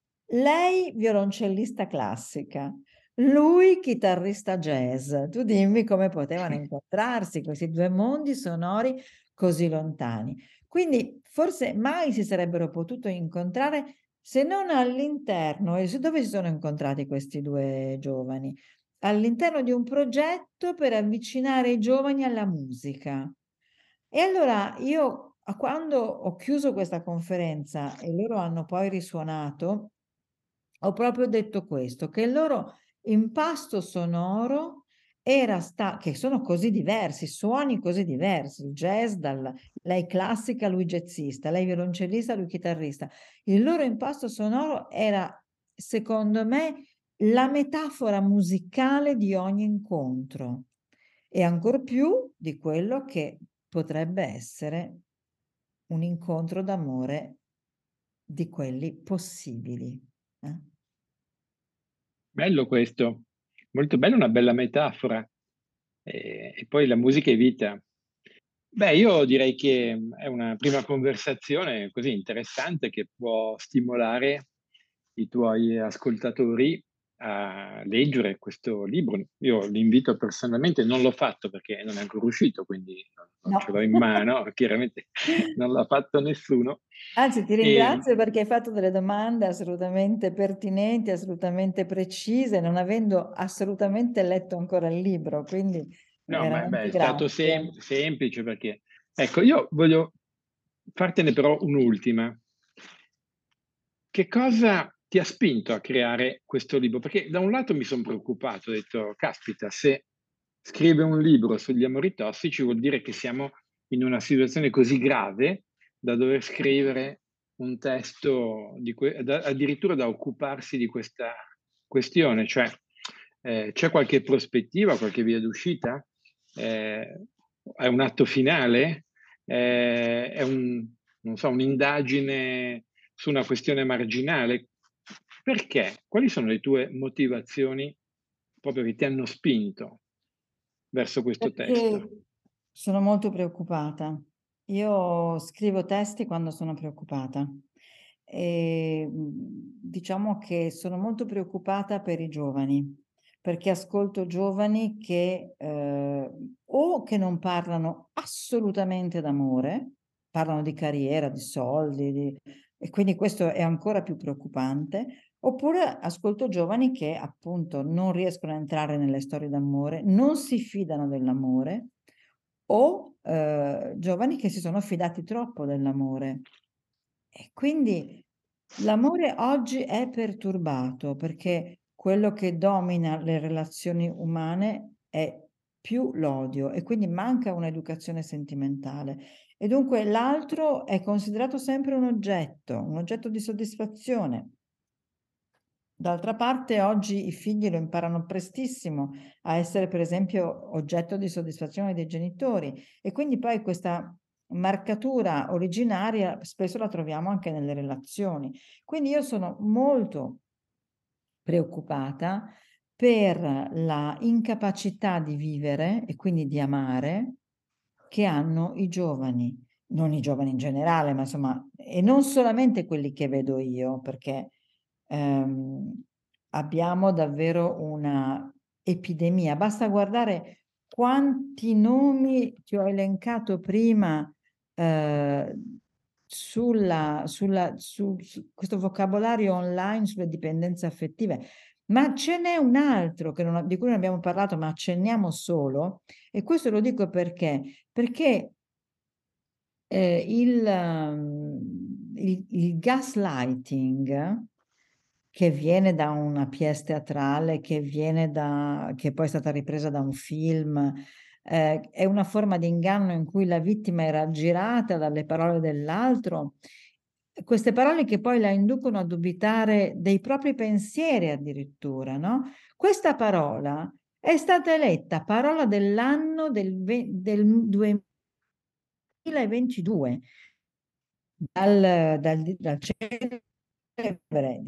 lei violoncellista classica, lui chitarrista jazz. Tu dimmi come potevano incontrarsi questi due mondi sonori così lontani. Quindi forse mai si sarebbero potuto incontrare se non all'interno, e su dove si sono incontrati questi due giovani? All'interno di un progetto per avvicinare i giovani alla musica. E allora io, a quando ho chiuso questa conferenza e loro hanno poi risuonato, ho proprio detto questo, che il loro impasto sonoro era sta- che sono così diversi, suoni così diversi, il jazz, dal, lei classica, lui jazzista, lei violoncellista, lui chitarrista. Il loro impasto sonoro era, secondo me, la metafora musicale di ogni incontro e ancor più di quello che potrebbe essere un incontro d'amore di quelli possibili. eh. Bello questo, molto bello, una bella metafora. E, e poi la musica è vita. Beh, io direi che è una prima conversazione così interessante che può stimolare i tuoi ascoltatori a leggere questo libro. Io li invito personalmente, non l'ho fatto perché non è ancora uscito, quindi non, non ce No. l'ho in mano, chiaramente non l'ha fatto nessuno. Anzi, ti E, ringrazio perché hai fatto delle domande assolutamente pertinenti, assolutamente precise, non avendo assolutamente letto ancora il libro, quindi no, ma beh, veramente è stato grazie. sem- semplice perché... Ecco, io voglio fartene però un'ultima. Che cosa ti ha spinto a creare questo libro? Perché da un lato mi sono preoccupato, ho detto, caspita, se scrive un libro sugli amori tossici vuol dire che siamo in una situazione così grave da dover scrivere un testo di que- da- addirittura da occuparsi di questa questione, cioè eh, c'è qualche prospettiva, qualche via d'uscita? Eh, è un atto finale? Eh, è un, non so, un'indagine su una questione marginale? Perché? Quali sono le tue motivazioni proprio che ti hanno spinto verso questo testo? Perché sono molto preoccupata. Io scrivo testi quando sono preoccupata. E, mh, diciamo che sono molto preoccupata per i giovani, perché ascolto giovani che eh, o che non parlano assolutamente d'amore, parlano di carriera, di soldi, di- e quindi questo è ancora più preoccupante. Oppure ascolto giovani che appunto non riescono a entrare nelle storie d'amore, non si fidano dell'amore o eh, giovani che si sono fidati troppo dell'amore. E quindi l'amore oggi è perturbato perché quello che domina le relazioni umane è più l'odio e quindi manca un'educazione sentimentale. E dunque l'altro è considerato sempre un oggetto, un oggetto di soddisfazione. D'altra parte oggi i figli lo imparano prestissimo a essere per esempio oggetto di soddisfazione dei genitori e quindi poi questa marcatura originaria spesso la troviamo anche nelle relazioni. Quindi io sono molto preoccupata per la incapacità di vivere e quindi di amare che hanno i giovani, non i giovani in generale, ma insomma, e non solamente quelli che vedo io, perché ehm, abbiamo davvero una epidemia. Basta guardare quanti nomi ti ho elencato prima eh, sulla, sulla, su, su questo vocabolario online sulle dipendenze affettive. Ma ce n'è un altro che non, di cui non abbiamo parlato, ma accenniamo solo, e questo lo dico perché, perché eh, il, um, il, il gaslighting, che viene da una pièce teatrale, che viene da, che poi è stata ripresa da un film, eh, è una forma di inganno in cui la vittima era aggirata dalle parole dell'altro. Queste parole che poi la inducono a dubitare dei propri pensieri addirittura, no? Questa parola è stata eletta parola dell'anno del, ve- del duemilaventidue dal, dal, dal celebre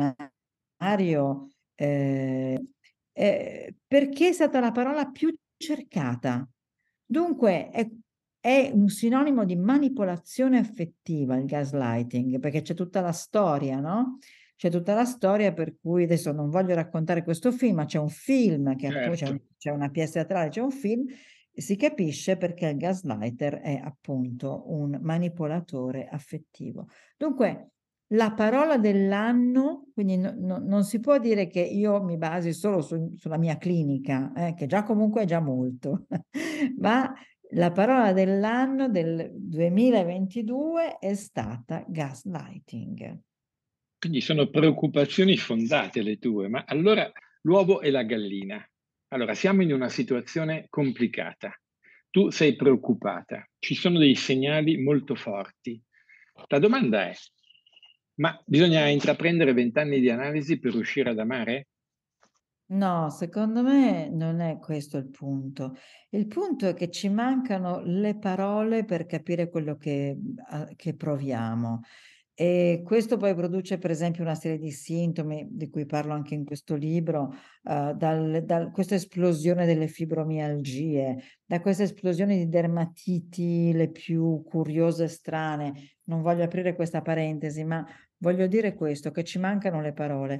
dizionario eh, eh, perché è stata la parola più cercata. Dunque è, è un sinonimo di manipolazione affettiva il gaslighting, perché c'è tutta la storia, no? C'è tutta la storia per cui adesso non voglio raccontare questo film, ma c'è un film, che appunto c'è, un, Certo. c'è una pièce teatrale, c'è un film, e si capisce perché il gaslighter è appunto un manipolatore affettivo. Dunque, la parola dell'anno, quindi no- no- non si può dire che io mi basi solo su- sulla mia clinica, eh, che già comunque è già molto, ma la parola dell'anno del duemilaventidue è stata gaslighting. Quindi sono preoccupazioni fondate le tue, ma allora l'uovo e la gallina. Allora, siamo in una situazione complicata. Tu sei preoccupata, ci sono dei segnali molto forti. La domanda è, ma bisogna intraprendere vent'anni di analisi per riuscire ad amare? No, secondo me non è questo il punto. Il punto è che ci mancano le parole per capire quello che, a- che proviamo. E questo poi produce, per esempio, una serie di sintomi di cui parlo anche in questo libro, eh, dal, dal- questa esplosione delle fibromialgie, da questa esplosione di dermatiti, le più curiose e strane. Non voglio aprire questa parentesi, ma voglio dire questo, che ci mancano le parole.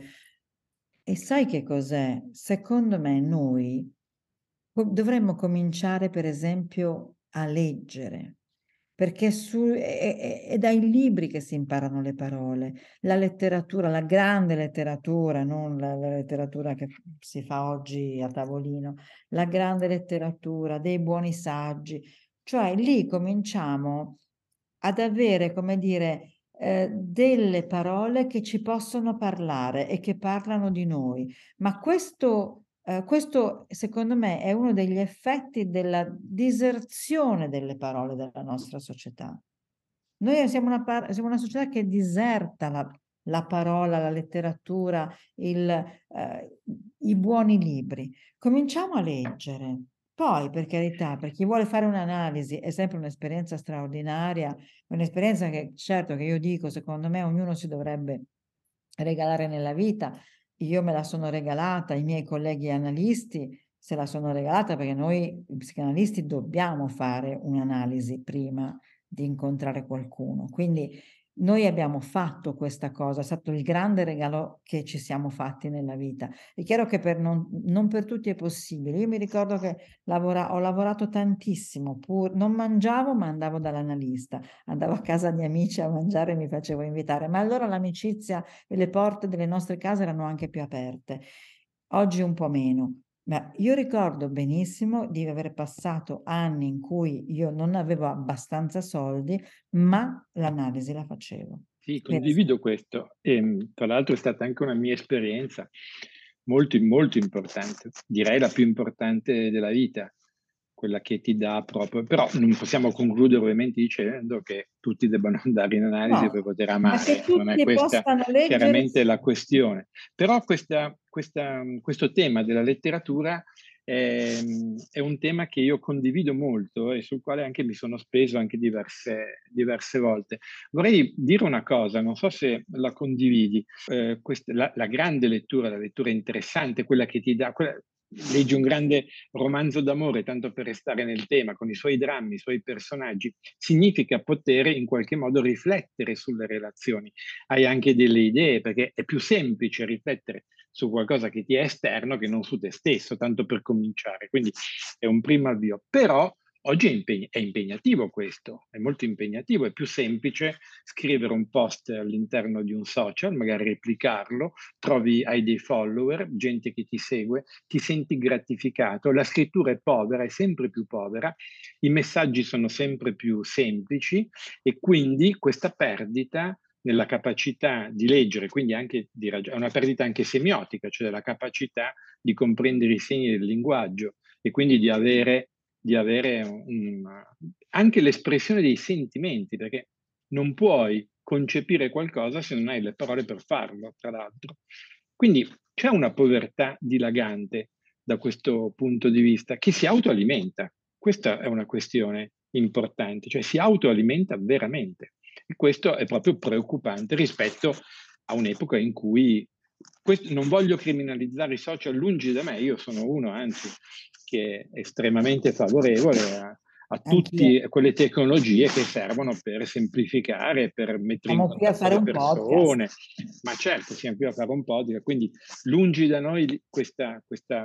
E sai che cos'è? Secondo me noi co- dovremmo cominciare, per esempio, a leggere, perché su- è, è- è dai libri che si imparano le parole, la letteratura, la grande letteratura, non la, la letteratura che si fa oggi a tavolino, la grande letteratura, dei buoni saggi, cioè lì cominciamo ad avere, come dire, eh, delle parole che ci possono parlare e che parlano di noi. Ma questo, eh, questo, secondo me, è uno degli effetti della diserzione delle parole della nostra società. Noi siamo una, par- siamo una società che diserta la, la parola, la letteratura, il, eh, i buoni libri. Cominciamo a leggere. Poi, per carità, per chi vuole fare un'analisi, è sempre un'esperienza straordinaria, un'esperienza che, certo, che io dico, secondo me ognuno si dovrebbe regalare nella vita. Io me la sono regalata, i miei colleghi analisti se la sono regalata perché noi psicanalisti dobbiamo fare un'analisi prima di incontrare qualcuno. Quindi noi abbiamo fatto questa cosa, è stato il grande regalo che ci siamo fatti nella vita. È chiaro che per non, non per tutti è possibile. Io mi ricordo che lavora, ho lavorato tantissimo, pur, non mangiavo ma andavo dall'analista, andavo a casa di amici a mangiare e mi facevo invitare, ma allora l'amicizia e le porte delle nostre case erano anche più aperte. Oggi un po' meno. Ma io ricordo benissimo di aver passato anni in cui io non avevo abbastanza soldi, ma l'analisi la facevo. Sì, Per esempio. condivido questo. E, tra l'altro è stata anche una mia esperienza. molto, molto importante, direi la più importante della vita, quella che ti dà proprio, però non possiamo concludere ovviamente dicendo che tutti debbano andare in analisi per No, poter ma che amare, non è tutti questa possano leggere. chiaramente la questione. Però questa, questa, questo tema della letteratura è, è un tema che io condivido molto e sul quale anche mi sono speso anche diverse, diverse volte. Vorrei dire una cosa, non so se la condividi, eh, questa, la, la grande lettura, la lettura interessante, quella che ti dà, quella, leggi un grande romanzo d'amore, tanto per restare nel tema, con i suoi drammi, i suoi personaggi, significa poter in qualche modo riflettere sulle relazioni. Hai anche delle idee, perché è più semplice riflettere su qualcosa che ti è esterno che non su te stesso, tanto per cominciare. Quindi è un primo avvio. Però oggi è, impegn- è impegnativo questo, è molto impegnativo, è più semplice scrivere un post all'interno di un social, magari replicarlo, trovi, hai dei follower, gente che ti segue, ti senti gratificato, la scrittura è povera, è sempre più povera, i messaggi sono sempre più semplici e quindi questa perdita nella capacità di leggere, quindi anche di rag- è una perdita anche semiotica, cioè della capacità di comprendere i segni del linguaggio e quindi di avere di avere un, anche l'espressione dei sentimenti, perché non puoi concepire qualcosa se non hai le parole per farlo, tra l'altro. Quindi c'è una povertà dilagante da questo punto di vista che si autoalimenta. Questa è una questione importante, cioè si autoalimenta veramente. E questo è proprio preoccupante rispetto a un'epoca in cui questo, non voglio criminalizzare i social, lungi da me, io sono uno, anzi, che è estremamente favorevole a, a Anch'io. tutte quelle tecnologie che servono per semplificare, per mettere in Siamo qui a contatto fare le un podcast. persone, ma certo siamo qui a fare un podcast, quindi lungi da noi questa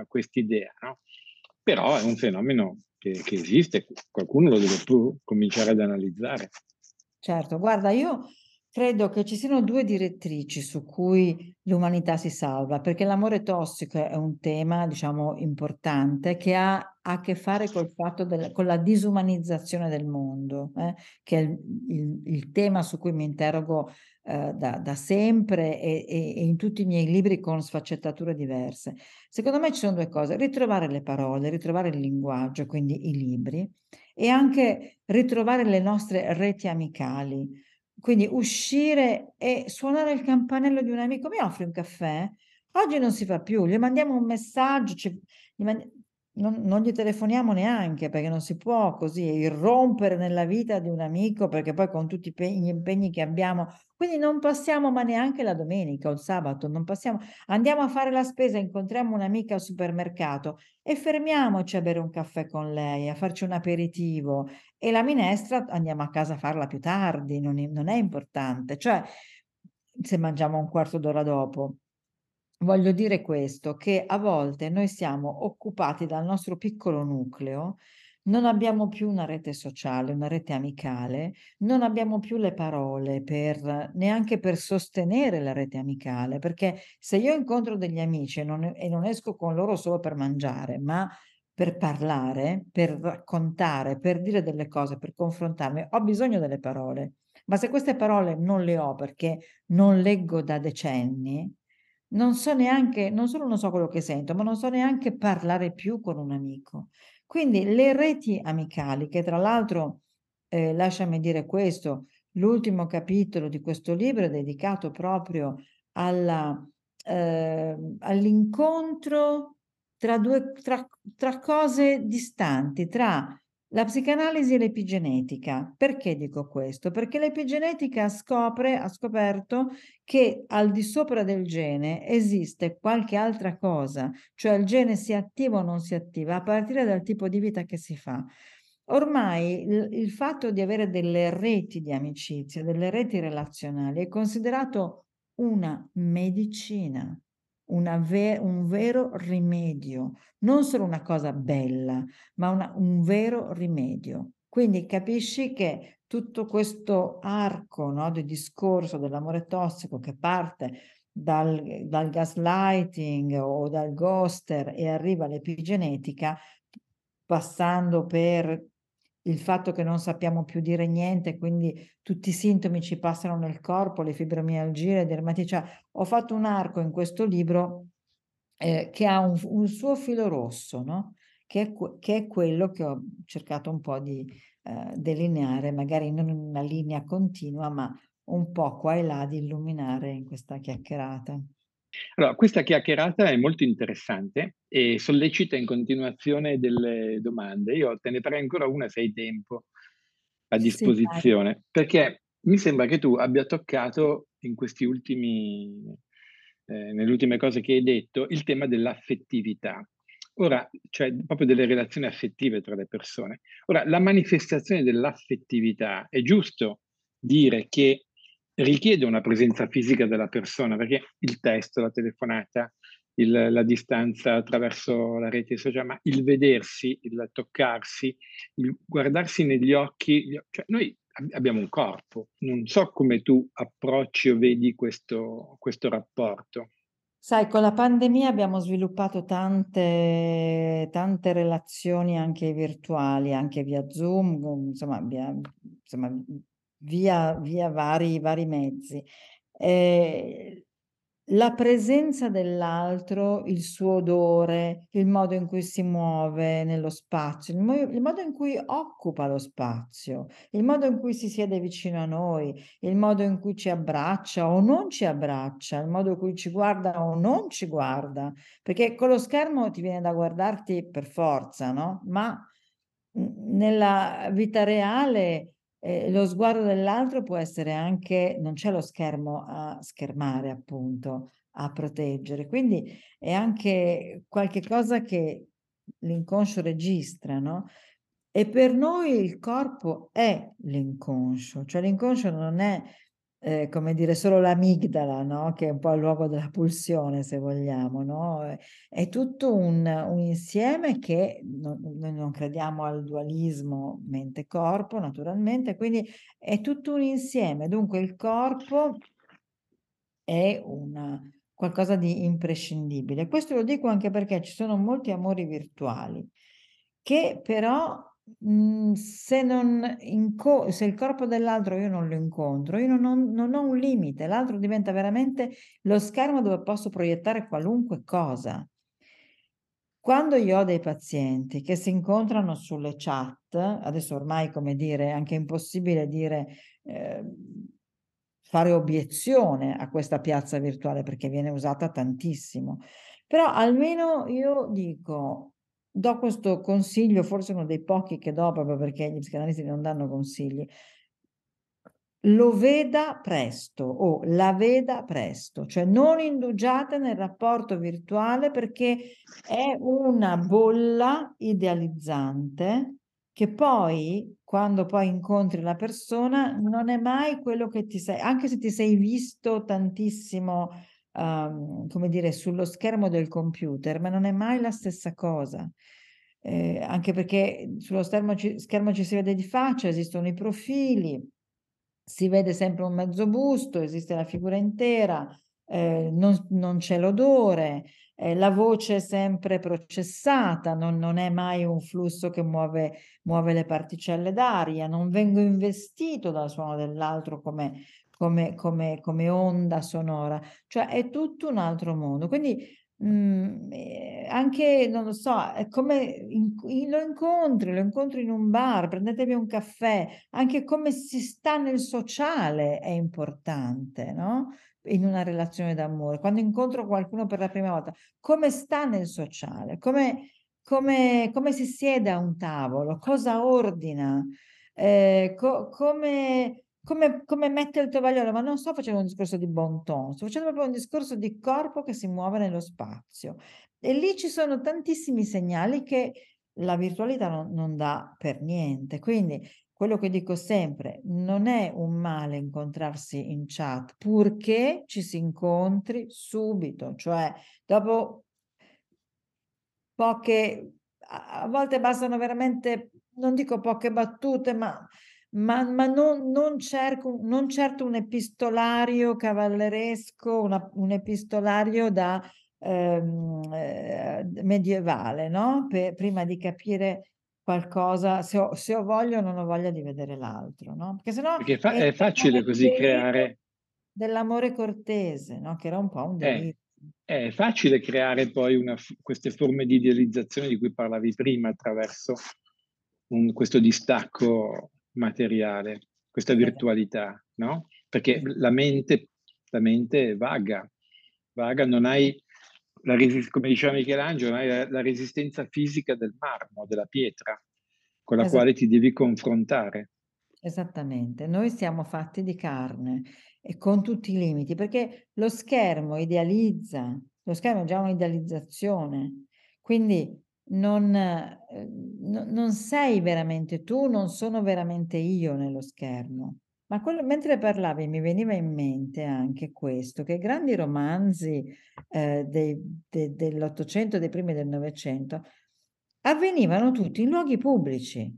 idea, no? Però è un fenomeno che, che esiste, qualcuno lo deve più cominciare ad analizzare. Certo, guarda, io credo che ci siano due direttrici su cui l'umanità si salva, perché l'amore tossico è un tema, diciamo, importante che ha, ha a che fare col fatto del- con la disumanizzazione del mondo, eh, che è il, il- il tema su cui mi interrogo eh, da, da sempre e, e- e in tutti i miei libri con sfaccettature diverse. Secondo me ci sono due cose: ritrovare le parole, ritrovare il linguaggio, quindi i libri, e anche ritrovare le nostre reti amicali. Quindi uscire e suonare il campanello di un amico: mi offri un caffè? Oggi non si fa più, gli mandiamo un messaggio, ci- gli mandi- non, non gli telefoniamo neanche, perché non si può così irrompere nella vita di un amico, perché poi con tutti i pe- gli impegni che abbiamo, quindi non passiamo ma neanche la domenica o il sabato, non passiamo, andiamo a fare la spesa, incontriamo un'amica al supermercato e fermiamoci a bere un caffè con lei, a farci un aperitivo, e la minestra andiamo a casa a farla più tardi, non è, non è importante, cioè se mangiamo un quarto d'ora dopo. Voglio dire questo, che a volte noi siamo occupati dal nostro piccolo nucleo, non abbiamo più una rete sociale, una rete amicale, non abbiamo più le parole per, neanche per sostenere la rete amicale, perché se io incontro degli amici e non, e non esco con loro solo per mangiare, ma per parlare, per raccontare, per dire delle cose, per confrontarmi, ho bisogno delle parole. Ma se queste parole non le ho perché non leggo da decenni, non so neanche, non solo non so quello che sento, ma non so neanche parlare più con un amico. Quindi le reti amicali, che tra l'altro, eh, lasciami dire questo, l'ultimo capitolo di questo libro è dedicato proprio alla, eh, all'incontro tra due, tra, tra cose distanti, tra la psicanalisi e l'epigenetica. Perché dico questo? Perché l'epigenetica scopre, ha scoperto che al di sopra del gene esiste qualche altra cosa, cioè il gene si attiva o non si attiva a partire dal tipo di vita che si fa. Ormai il, il fatto di avere delle reti di amicizia, delle reti relazionali è considerato una medicina, una ve- un vero rimedio, non solo una cosa bella, ma una- un vero rimedio. Quindi capisci che tutto questo arco, no, di discorso dell'amore tossico che parte dal, dal gaslighting o dal ghoster e arriva all'epigenetica, passando per il fatto che non sappiamo più dire niente, quindi tutti i sintomi ci passano nel corpo, le fibromialgie, le dermatiti. Cioè, ho fatto un arco in questo libro eh, che ha un, un suo filo rosso, no? Che è, que- che è quello che ho cercato un po' di eh, delineare, magari non in una linea continua, ma un po' qua e là di illuminare in questa chiacchierata. Allora, questa chiacchierata è molto interessante e sollecita in continuazione delle domande. Io te ne farei ancora una se hai tempo a Sì, dai. disposizione, perché mi sembra che tu abbia toccato in questi ultimi, eh, nelle ultime cose che hai detto, il tema dell'affettività. Ora, cioè proprio delle relazioni affettive tra le persone. Ora, la manifestazione dell'affettività è giusto dire che richiede una presenza fisica della persona, perché il testo, la telefonata, il, la distanza attraverso la rete sociale, ma il vedersi, il toccarsi, il guardarsi negli occhi, cioè noi ab- abbiamo un corpo, non so come tu approcci o vedi questo, questo rapporto. Sai, con la pandemia abbiamo sviluppato tante, tante relazioni anche virtuali, anche via Zoom, insomma, via, insomma, via, via vari, vari mezzi. Eh, la presenza dell'altro, il suo odore, il modo in cui si muove nello spazio, il, mo- il modo in cui occupa lo spazio, il modo in cui si siede vicino a noi, il modo in cui ci abbraccia o non ci abbraccia, il modo in cui ci guarda o non ci guarda, perché con lo schermo ti viene da guardarti per forza, no? Ma mm, nella vita reale eh, lo sguardo dell'altro può essere anche, non c'è lo schermo a schermare, appunto, a proteggere, quindi è anche qualche cosa che l'inconscio registra, no? E per noi il corpo è l'inconscio, cioè l'inconscio non è, eh, come dire, solo l'amigdala, no? Che è un po' il luogo della pulsione, se vogliamo, no? È, è tutto un, un insieme che non- noi non crediamo al dualismo mente-corpo, naturalmente, quindi è tutto un insieme. Dunque il corpo è una, qualcosa di imprescindibile. Questo lo dico anche perché ci sono molti amori virtuali che però mh, se, non inco- se il corpo dell'altro io non lo incontro, io non ho, non ho un limite, l'altro diventa veramente lo schermo dove posso proiettare qualunque cosa. Quando io ho dei pazienti che si incontrano sulle chat, adesso ormai, come dire, è anche impossibile dire, eh, fare obiezione a questa piazza virtuale perché viene usata tantissimo. Però almeno io dico, do questo consiglio, forse uno dei pochi che do proprio perché gli psicanalisti non danno consigli. Lo veda presto o la veda presto, cioè non indugiate nel rapporto virtuale perché è una bolla idealizzante che poi, quando poi incontri la persona, non è mai quello che ti sei, anche se ti sei visto tantissimo, ehm, come dire, sullo schermo del computer, ma non è mai la stessa cosa. Eh, anche perché sullo schermo ci, schermo ci si vede di faccia, esistono i profili, si vede sempre un mezzo busto, esiste la figura intera, eh, non, non c'è l'odore, eh, la voce è sempre processata, non, non è mai un flusso che muove, muove le particelle d'aria, non vengo investito dal suono dell'altro come, come, come, come onda sonora, cioè è tutto un altro mondo. Quindi Mm, eh, anche, non lo so, è come in- in- lo incontri, lo incontri in un bar, prendetevi un caffè, anche come si sta nel sociale è importante, no? In una relazione d'amore. Quando incontro qualcuno per la prima volta, come sta nel sociale, come, come, come si siede a un tavolo, cosa ordina, eh, co- come, come, come mette il tovagliolo, ma non sto facendo un discorso di bon ton, sto facendo proprio un discorso di corpo che si muove nello spazio. E lì ci sono tantissimi segnali che la virtualità non, non dà per niente. Quindi quello che dico sempre, non è un male incontrarsi in chat, purché ci si incontri subito, cioè dopo poche, a a volte bastano veramente, non dico poche battute, ma, ma, ma non, non, cerco, non certo un epistolario cavalleresco, una- un epistolario da ehm, eh, medievale, no? Per- prima di capire qualcosa, se ho, se ho voglia o non ho voglia di vedere l'altro, no? Perché sennò Perché fa- è entriamo facile nel così delirio creare. dell'amore cortese, no? Che era un po' un Eh, delirio. è facile creare poi una, queste forme di idealizzazione di cui parlavi prima attraverso un, questo distacco materiale, questa virtualità, no? Perché la mente, la mente è vaga, vaga, non hai, la resist- come diceva Michelangelo, non hai la, la resistenza fisica del marmo, della pietra, con la quale ti devi confrontare. Esattamente, noi siamo fatti di carne e con tutti i limiti, perché lo schermo idealizza, lo schermo è già un'idealizzazione, quindi non, eh, no- non sei veramente tu, non sono veramente io nello schermo. Ma quello- mentre parlavi mi veniva in mente anche questo, che grandi romanzi eh, dei- de- dell'Ottocento e dei primi del Novecento avvenivano tutti in luoghi pubblici.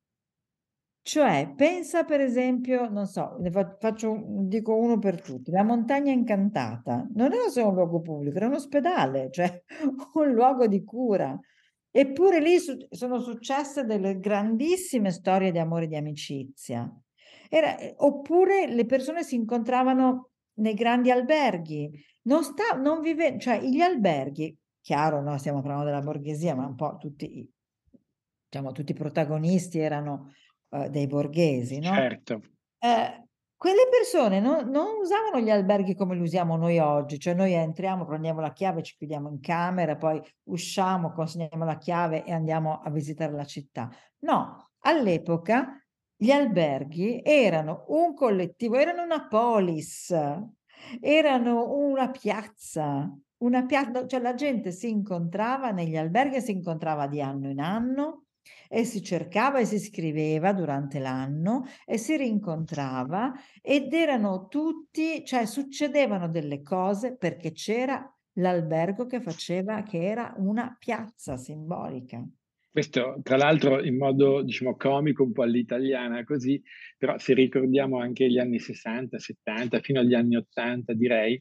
Cioè, pensa per esempio, non so, ne fa- faccio, un- dico uno per tutti, la montagna incantata non era solo un luogo pubblico, era un ospedale, cioè un luogo di cura. Eppure lì su- sono successe delle grandissime storie di amore e di amicizia. Era- eh, oppure le persone si incontravano nei grandi alberghi, non sta, non vive, cioè gli alberghi, chiaro, no, stiamo parlando della borghesia, ma un po' tutti, i- diciamo, tutti i protagonisti erano eh, dei borghesi, no? Certo. Eh, quelle persone non, non usavano gli alberghi come li usiamo noi oggi, cioè noi entriamo, prendiamo la chiave, ci chiudiamo in camera, poi usciamo, consegniamo la chiave e andiamo a visitare la città. No, all'epoca gli alberghi erano un collettivo, erano una polis, erano una piazza, una piazza, cioè la gente si incontrava negli alberghi, si incontrava di anno in anno e si cercava e si scriveva durante l'anno e si rincontrava ed erano tutti, cioè succedevano delle cose perché c'era l'albergo che faceva, che era una piazza simbolica. Questo, tra l'altro, in modo, diciamo, comico, un po' all'italiana, così, però se ricordiamo anche gli anni sessanta, settanta, fino agli anni ottanta, direi,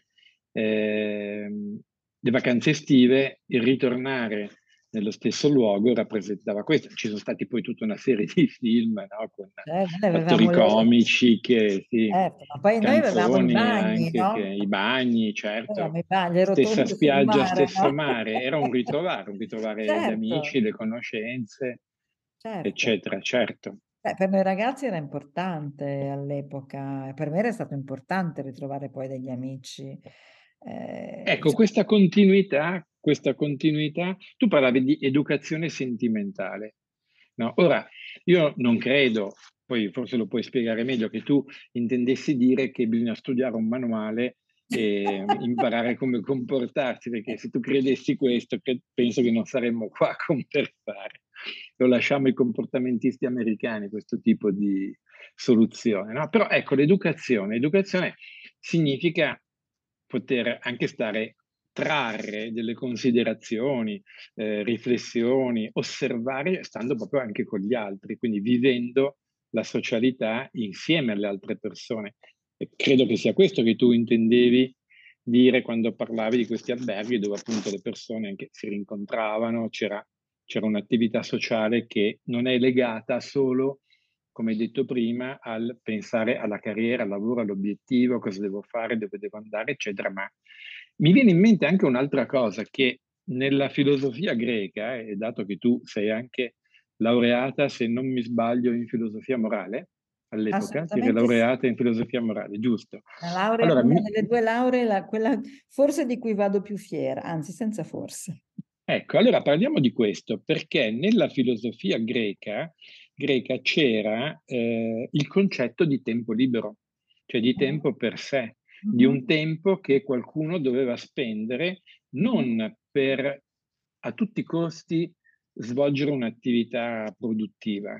ehm, le vacanze estive, il ritornare nello stesso luogo rappresentava questo. Ci sono stati poi tutta una serie di film, no, con Eh, noi attori avevamo le, comici, che, sì, certo, ma poi noi avevamo i canzoni bagni, anche, che, no? i bagni, Noi avevamo certo, i bagni, le stessa rotonde sul spiaggia, mare, stesso no? mare, era un ritrovare, un ritrovare gli amici, Certo, le conoscenze, certo. eccetera, certo. Eh, per noi ragazzi era importante all'epoca, per me era stato importante ritrovare poi degli amici. Eh, Ecco, cioè, questa continuità, questa continuità, tu parlavi di educazione sentimentale, no? Ora, io non credo, poi forse lo puoi spiegare meglio, che tu intendessi dire che bisogna studiare un manuale e imparare come comportarsi, perché se tu credessi questo, cre- penso che non saremmo qua a conversare. Lo lasciamo ai comportamentisti americani, questo tipo di soluzione, no? Però ecco, l'educazione, educazione significa poter anche stare, trarre delle considerazioni, eh, riflessioni, osservare, stando proprio anche con gli altri, quindi vivendo la socialità insieme alle altre persone. E credo che sia questo che tu intendevi dire quando parlavi di questi alberghi dove appunto le persone anche si rincontravano, c'era, c'era un'attività sociale che non è legata solo, come hai detto prima, al pensare alla carriera, al lavoro, all'obiettivo, cosa devo fare, dove devo andare, eccetera. Ma mi viene in mente anche un'altra cosa, che nella filosofia greca, e dato che tu sei anche laureata, se non mi sbaglio, in filosofia morale, all'epoca, ti eri assolutamente sì. laureata in filosofia morale, giusto? La laurea, Allora, una mi- delle due lauree, la- quella forse di cui vado più fiera, anzi senza forse. ecco, allora parliamo di questo, perché nella filosofia greca, greca c'era eh, il concetto di tempo libero, cioè di tempo per sé, di un Mhm, tempo che qualcuno doveva spendere mhm, non per a tutti i costi svolgere un'attività produttiva.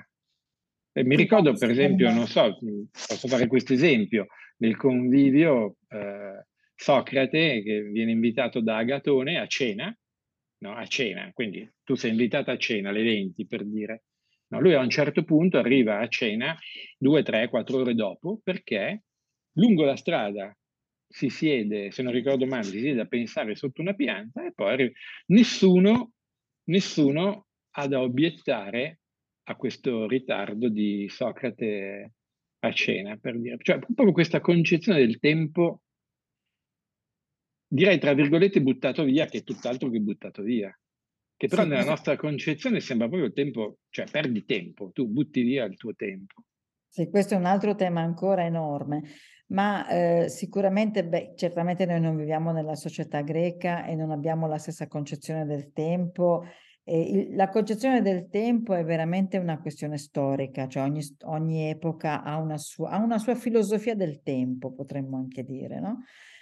E mi ricordo, per diverso dal esempio, non so, posso fare questo esempio, nel convivio eh, Socrate che viene invitato da Agatone a cena, no? A cena, quindi tu sei invitato a cena alle venti per dire. No, lui a un certo punto arriva a cena due, tre, quattro ore dopo perché lungo la strada si siede, se non ricordo male, si siede a pensare sotto una pianta e poi arri- nessuno, nessuno ha da obiettare a questo ritardo di Socrate a cena, per dire. Cioè, proprio questa concezione del tempo direi tra virgolette buttato via, che è tutt'altro che buttato via. Che però Sì, nella questo, nostra concezione sembra proprio il tempo, cioè perdi tempo, tu butti via il tuo tempo. sì, questo è un altro tema ancora enorme, ma eh, sicuramente, beh, certamente noi non viviamo nella società greca e non abbiamo la stessa concezione del tempo. E il- la concezione del tempo è veramente una questione storica, cioè ogni, ogni epoca ha una sua, ha una sua filosofia del tempo, potremmo anche dire, no?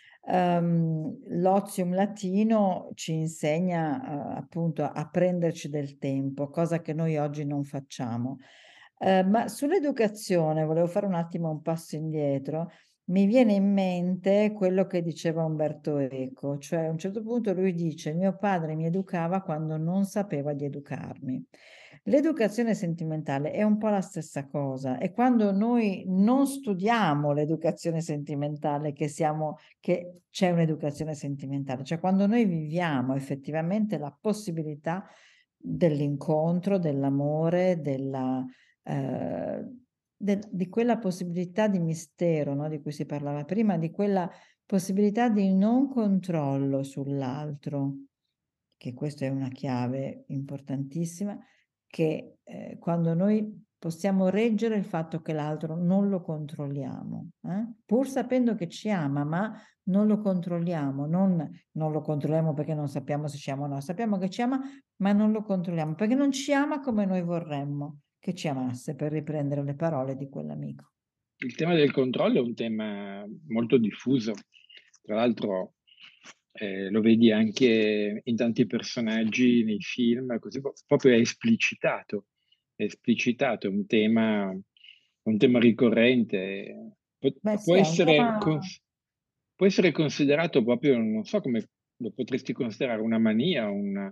Ehm, l'Ozium latino ci insegna eh, appunto a prenderci del tempo, cosa che noi oggi non facciamo. Eh, ma sull'educazione volevo fare un attimo un passo indietro. Mi viene in mente quello che diceva Umberto Eco, cioè a un certo punto lui dice: mio padre mi educava quando non sapeva di educarmi. L'educazione sentimentale è un po' la stessa cosa, e quando noi non studiamo l'educazione sentimentale, che siamo, che c'è un'educazione sentimentale, cioè quando noi viviamo effettivamente la possibilità dell'incontro, dell'amore, della, eh, de- di quella possibilità di mistero, no, di cui si parlava prima, di quella possibilità di non controllo sull'altro, che questa è una chiave importantissima, che eh, quando noi possiamo reggere il fatto che l'altro non lo controlliamo, eh? Pur sapendo che ci ama, ma non lo controlliamo, non, non lo controlliamo perché non sappiamo se ci ama o no, sappiamo che ci ama, ma non lo controlliamo perché non ci ama come noi vorremmo che ci amasse, per riprendere le parole di quell'amico. Il tema del controllo è un tema molto diffuso, tra l'altro eh, lo vedi anche in tanti personaggi nei film, così proprio è esplicitato, è esplicitato, è un tema, un tema ricorrente, può, Beh, può sì, è un essere, tema. cons- può essere considerato proprio, non so come lo potresti considerare, una mania, una-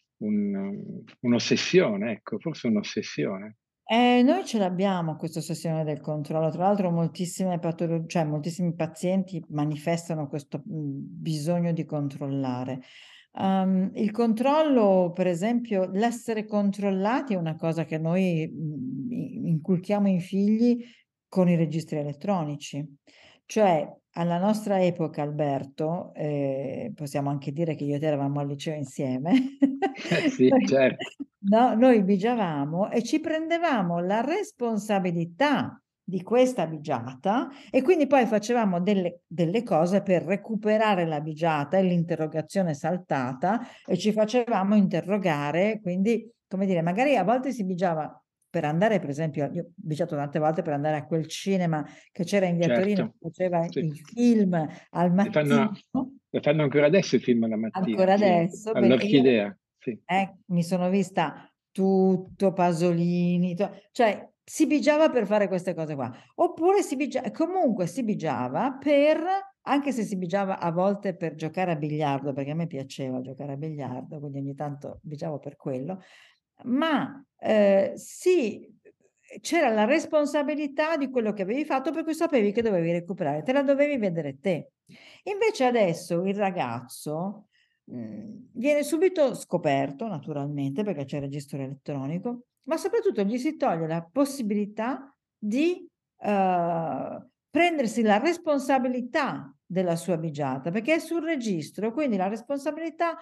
un- un'ossessione, ecco, forse un'ossessione. Eh, noi ce l'abbiamo questa ossessione del controllo, tra l'altro moltissime patologie, cioè moltissimi pazienti manifestano questo mh, bisogno di controllare. Um, il controllo, per esempio, l'essere controllati è una cosa che noi mh, inculchiamo in figli con i registri elettronici. Cioè, alla nostra epoca, Alberto, eh, possiamo anche dire che io e te eravamo al liceo insieme, Eh sì, certo. no, noi bigiavamo e ci prendevamo la responsabilità di questa bigiata, e quindi poi facevamo delle, delle cose per recuperare la bigiata e l'interrogazione saltata, e ci facevamo interrogare, quindi, come dire, magari a volte si bigiava per andare, per esempio, io ho bigiato tante volte per andare a quel cinema che c'era in Via Torino, che Certo, faceva sì. i film al Le fanno, mattino, le fanno ancora adesso i film la mattina, ancora sì. adesso, bene, e io All'Orchidea, sì. eh, mi sono vista tutto Pasolini, to- cioè si bigiava per fare queste cose qua, oppure si bigiava, comunque si bigiava per, anche se si bigiava a volte per giocare a biliardo, perché a me piaceva giocare a biliardo, quindi ogni tanto bigiavo per quello, ma eh, sì, c'era la responsabilità di quello che avevi fatto, per cui sapevi che dovevi recuperare, te la dovevi vedere te. Invece adesso il ragazzo mh, viene subito scoperto, naturalmente, perché c'è il registro elettronico, ma soprattutto gli si toglie la possibilità di eh, prendersi la responsabilità della sua bigiata, perché è sul registro, quindi la responsabilità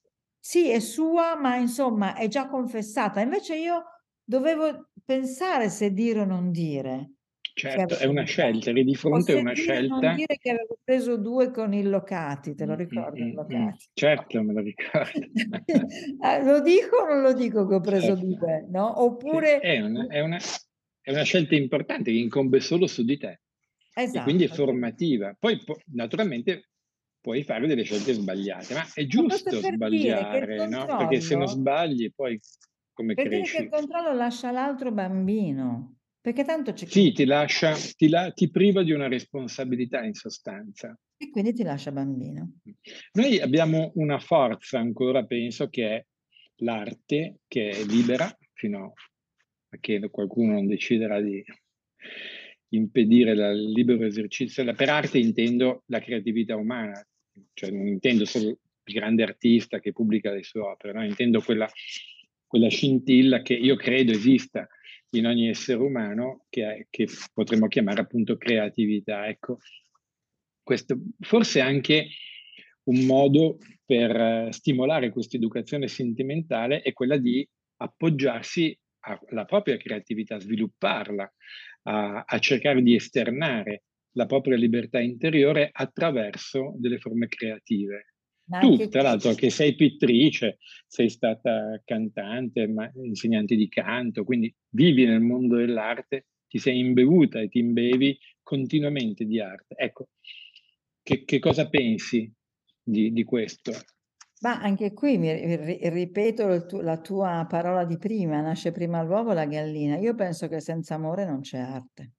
sì è sua, ma insomma è già confessata. Invece io dovevo pensare se dire o non dire che Certo, è avevo una bigiato. scelta, eri di O fronte a se una dire o non scelta. dire che avevo preso due con il Locati, te lo Mm, mm, ricordi il mm, mm. Locati? Certo, me lo ricordo. Eh, Lo dico o non lo dico che ho preso Certo. due, no? Sì, Oppure, è una, è una- è una scelta importante che incombe solo su di te e quindi è esatto, formativa. Poi po- naturalmente puoi fare delle scelte sbagliate, ma è ma questo è giusto per dire che il sbagliare, no? Perché se non controllo, sbagli poi come per dire che il cresci? controllo lascia l'altro bambino, perché tanto c'è chi Sì, ti lascia, ti, la- ti priva di una responsabilità in sostanza. e quindi ti lascia bambino. Noi abbiamo una forza ancora, penso, che è l'arte, che è libera, fino a che qualcuno non deciderà di impedire la- il libero esercizio. Per arte intendo la creatività umana, cioè non intendo solo il grande artista che pubblica le sue opere, no? Intendo quella, quella scintilla che io credo esista in ogni essere umano, che, è- che potremmo chiamare appunto creatività. Ecco, questo forse anche un modo per eh, stimolare questa educazione sentimentale è quella di appoggiarsi alla propria creatività, svilupparla, a, a cercare di esternare la propria libertà interiore attraverso delle forme creative. Ma Tu, anche tra qui, l'altro, che sei pittrice, sei stata cantante, ma- insegnante di canto, quindi vivi nel mondo dell'arte, ti sei imbevuta e ti imbevi continuamente di arte. Ecco, che, che cosa pensi di, di questo? ma anche qui mi ri- ripeto il tu- la tua parola di prima, nasce prima l'uovo o la gallina. Io penso che senza amore non c'è arte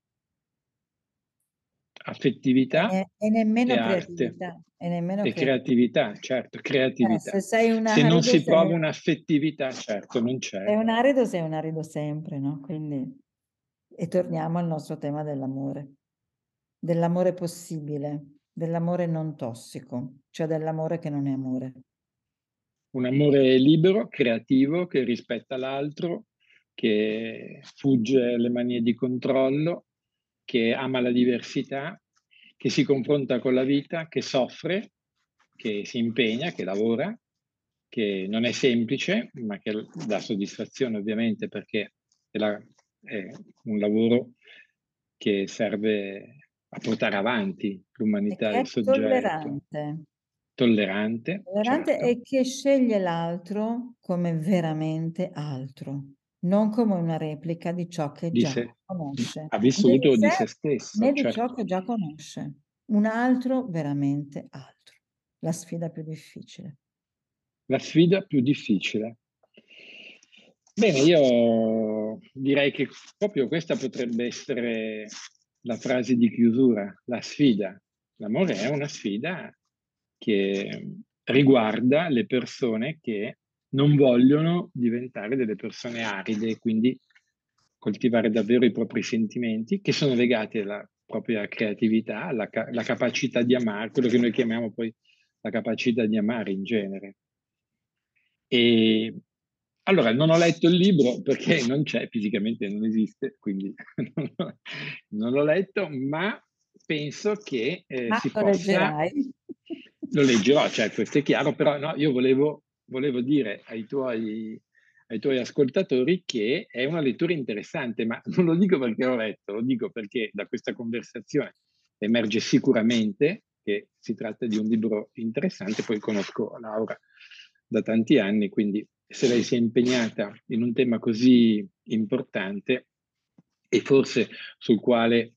e, Affettività ne- e nemmeno e arte. creatività, e nemmeno E creatività. creatività, certo, Eh, creatività. se sei un Se non arido, si sei prova un, un'affettività, certo, non sei c'è. un arido, sei un arido sempre, no? Quindi, e torniamo al nostro tema dell'amore, dell'amore possibile, dell'amore non tossico, cioè dell'amore che non è amore. Un amore libero, creativo, che rispetta l'altro, che fugge le manie di controllo, che ama la diversità, che si confronta con la vita, che soffre, che si impegna, che lavora, che non è semplice, ma che dà soddisfazione ovviamente perché è, la- è un lavoro che serve a portare avanti E l'umanità che del è soggetto, tollerante. tollerante, Tollerante certo. e che sceglie l'altro come veramente altro, non come una replica di ciò che Di già sé, conosce, ha né di vissuto di sé se stesso, né di ciò certo. che già conosce. Un altro veramente altro. La sfida più difficile. La sfida più difficile. Bene, io direi che proprio questa potrebbe essere la frase di chiusura, la sfida. L'amore è una sfida che riguarda le persone che non vogliono diventare delle persone aride e quindi coltivare davvero i propri sentimenti che sono legati alla propria creatività, alla ca- la capacità di amare, quello che noi chiamiamo poi la capacità di amare in genere. E allora non ho letto il libro perché non c'è, fisicamente non esiste, quindi non l'ho, non l'ho letto, ma penso che eh, Ma si lo possa, leggerai. lo leggerò, cioè questo è chiaro, però no, io volevo, volevo dire ai tuoi, ai tuoi ascoltatori che è una lettura interessante, ma non lo dico perché l'ho letto, lo dico perché da questa conversazione emerge sicuramente che si tratta di un libro interessante, poi conosco Laura da tanti anni, quindi se lei si è impegnata in un tema così importante e forse sul quale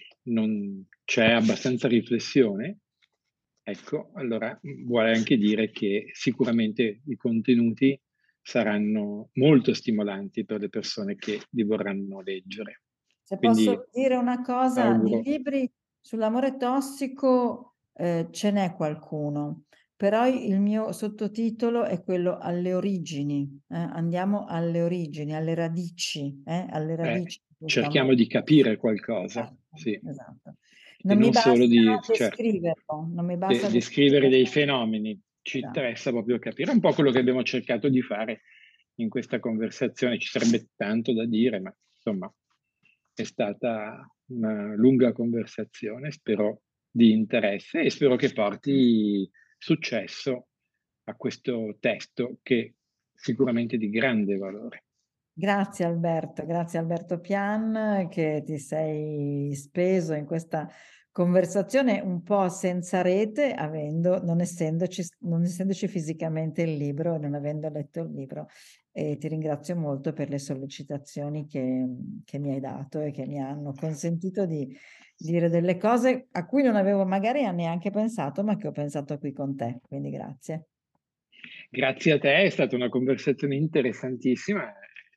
non c'è abbastanza riflessione, ecco, allora vuole anche dire che sicuramente i contenuti saranno molto stimolanti per le persone che li vorranno leggere. Se Quindi posso dire una cosa, di auguro. libri sull'amore tossico eh, ce n'è qualcuno, però il mio sottotitolo è quello alle origini, eh, andiamo alle origini, alle radici, eh, alle Eh, radici di questo cerchiamo amore. di capire qualcosa, Esatto, sì, esatto. e Non mi non solo basta di, certo, descriverlo, non mi de- basta descrivere dei descriverlo. fenomeni. Ci Esatto. interessa proprio capire un po' quello che abbiamo cercato di fare in questa conversazione. Ci sarebbe tanto da dire, ma insomma è stata una lunga conversazione, spero di interesse e spero che porti successo a questo testo che sicuramente è di grande valore. Grazie Alberto, grazie Alberto Pian che ti sei speso in questa conversazione un po' senza rete, avendo, non essendoci, non essendoci fisicamente il libro e non avendo letto il libro. E ti ringrazio molto per le sollecitazioni che, che mi hai dato e che mi hanno consentito di dire delle cose a cui non avevo magari neanche pensato, ma che ho pensato qui con te. Quindi grazie. Grazie a te, è stata una conversazione interessantissima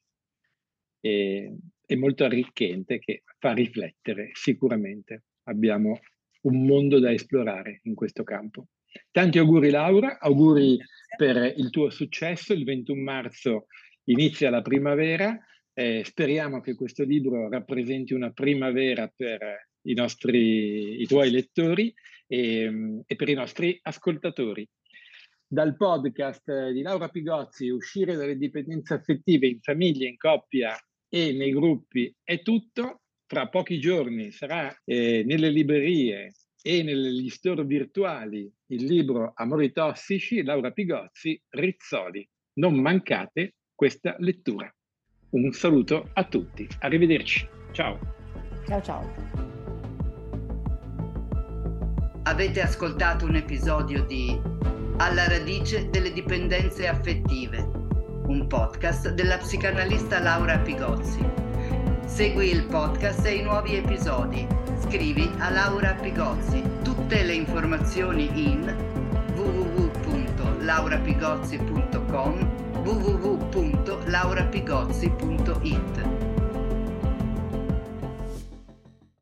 e, e molto arricchente che fa riflettere sicuramente. Abbiamo un mondo da esplorare in questo campo. Tanti auguri Laura, auguri per il tuo successo. Il ventuno marzo inizia la primavera. Eh, speriamo che questo libro rappresenti una primavera per i nostri, i tuoi lettori e, e per i nostri ascoltatori. Dal podcast di Laura Pigozzi, uscire dalle dipendenze affettive in famiglia, in coppia e nei gruppi è tutto. Fra pochi giorni sarà eh, nelle librerie e negli store virtuali il libro Amori tossici, Laura Pigozzi, Rizzoli. Non mancate questa lettura. Un saluto a tutti, arrivederci, ciao. Ciao ciao. Avete ascoltato un episodio di Alla radice delle dipendenze affettive, un podcast della psicanalista Laura Pigozzi. Segui il podcast e i nuovi episodi. Scrivi a Laura Pigozzi. Tutte le informazioni in w w w punto laura pigozzi punto com, w w w punto laura pigozzi punto it.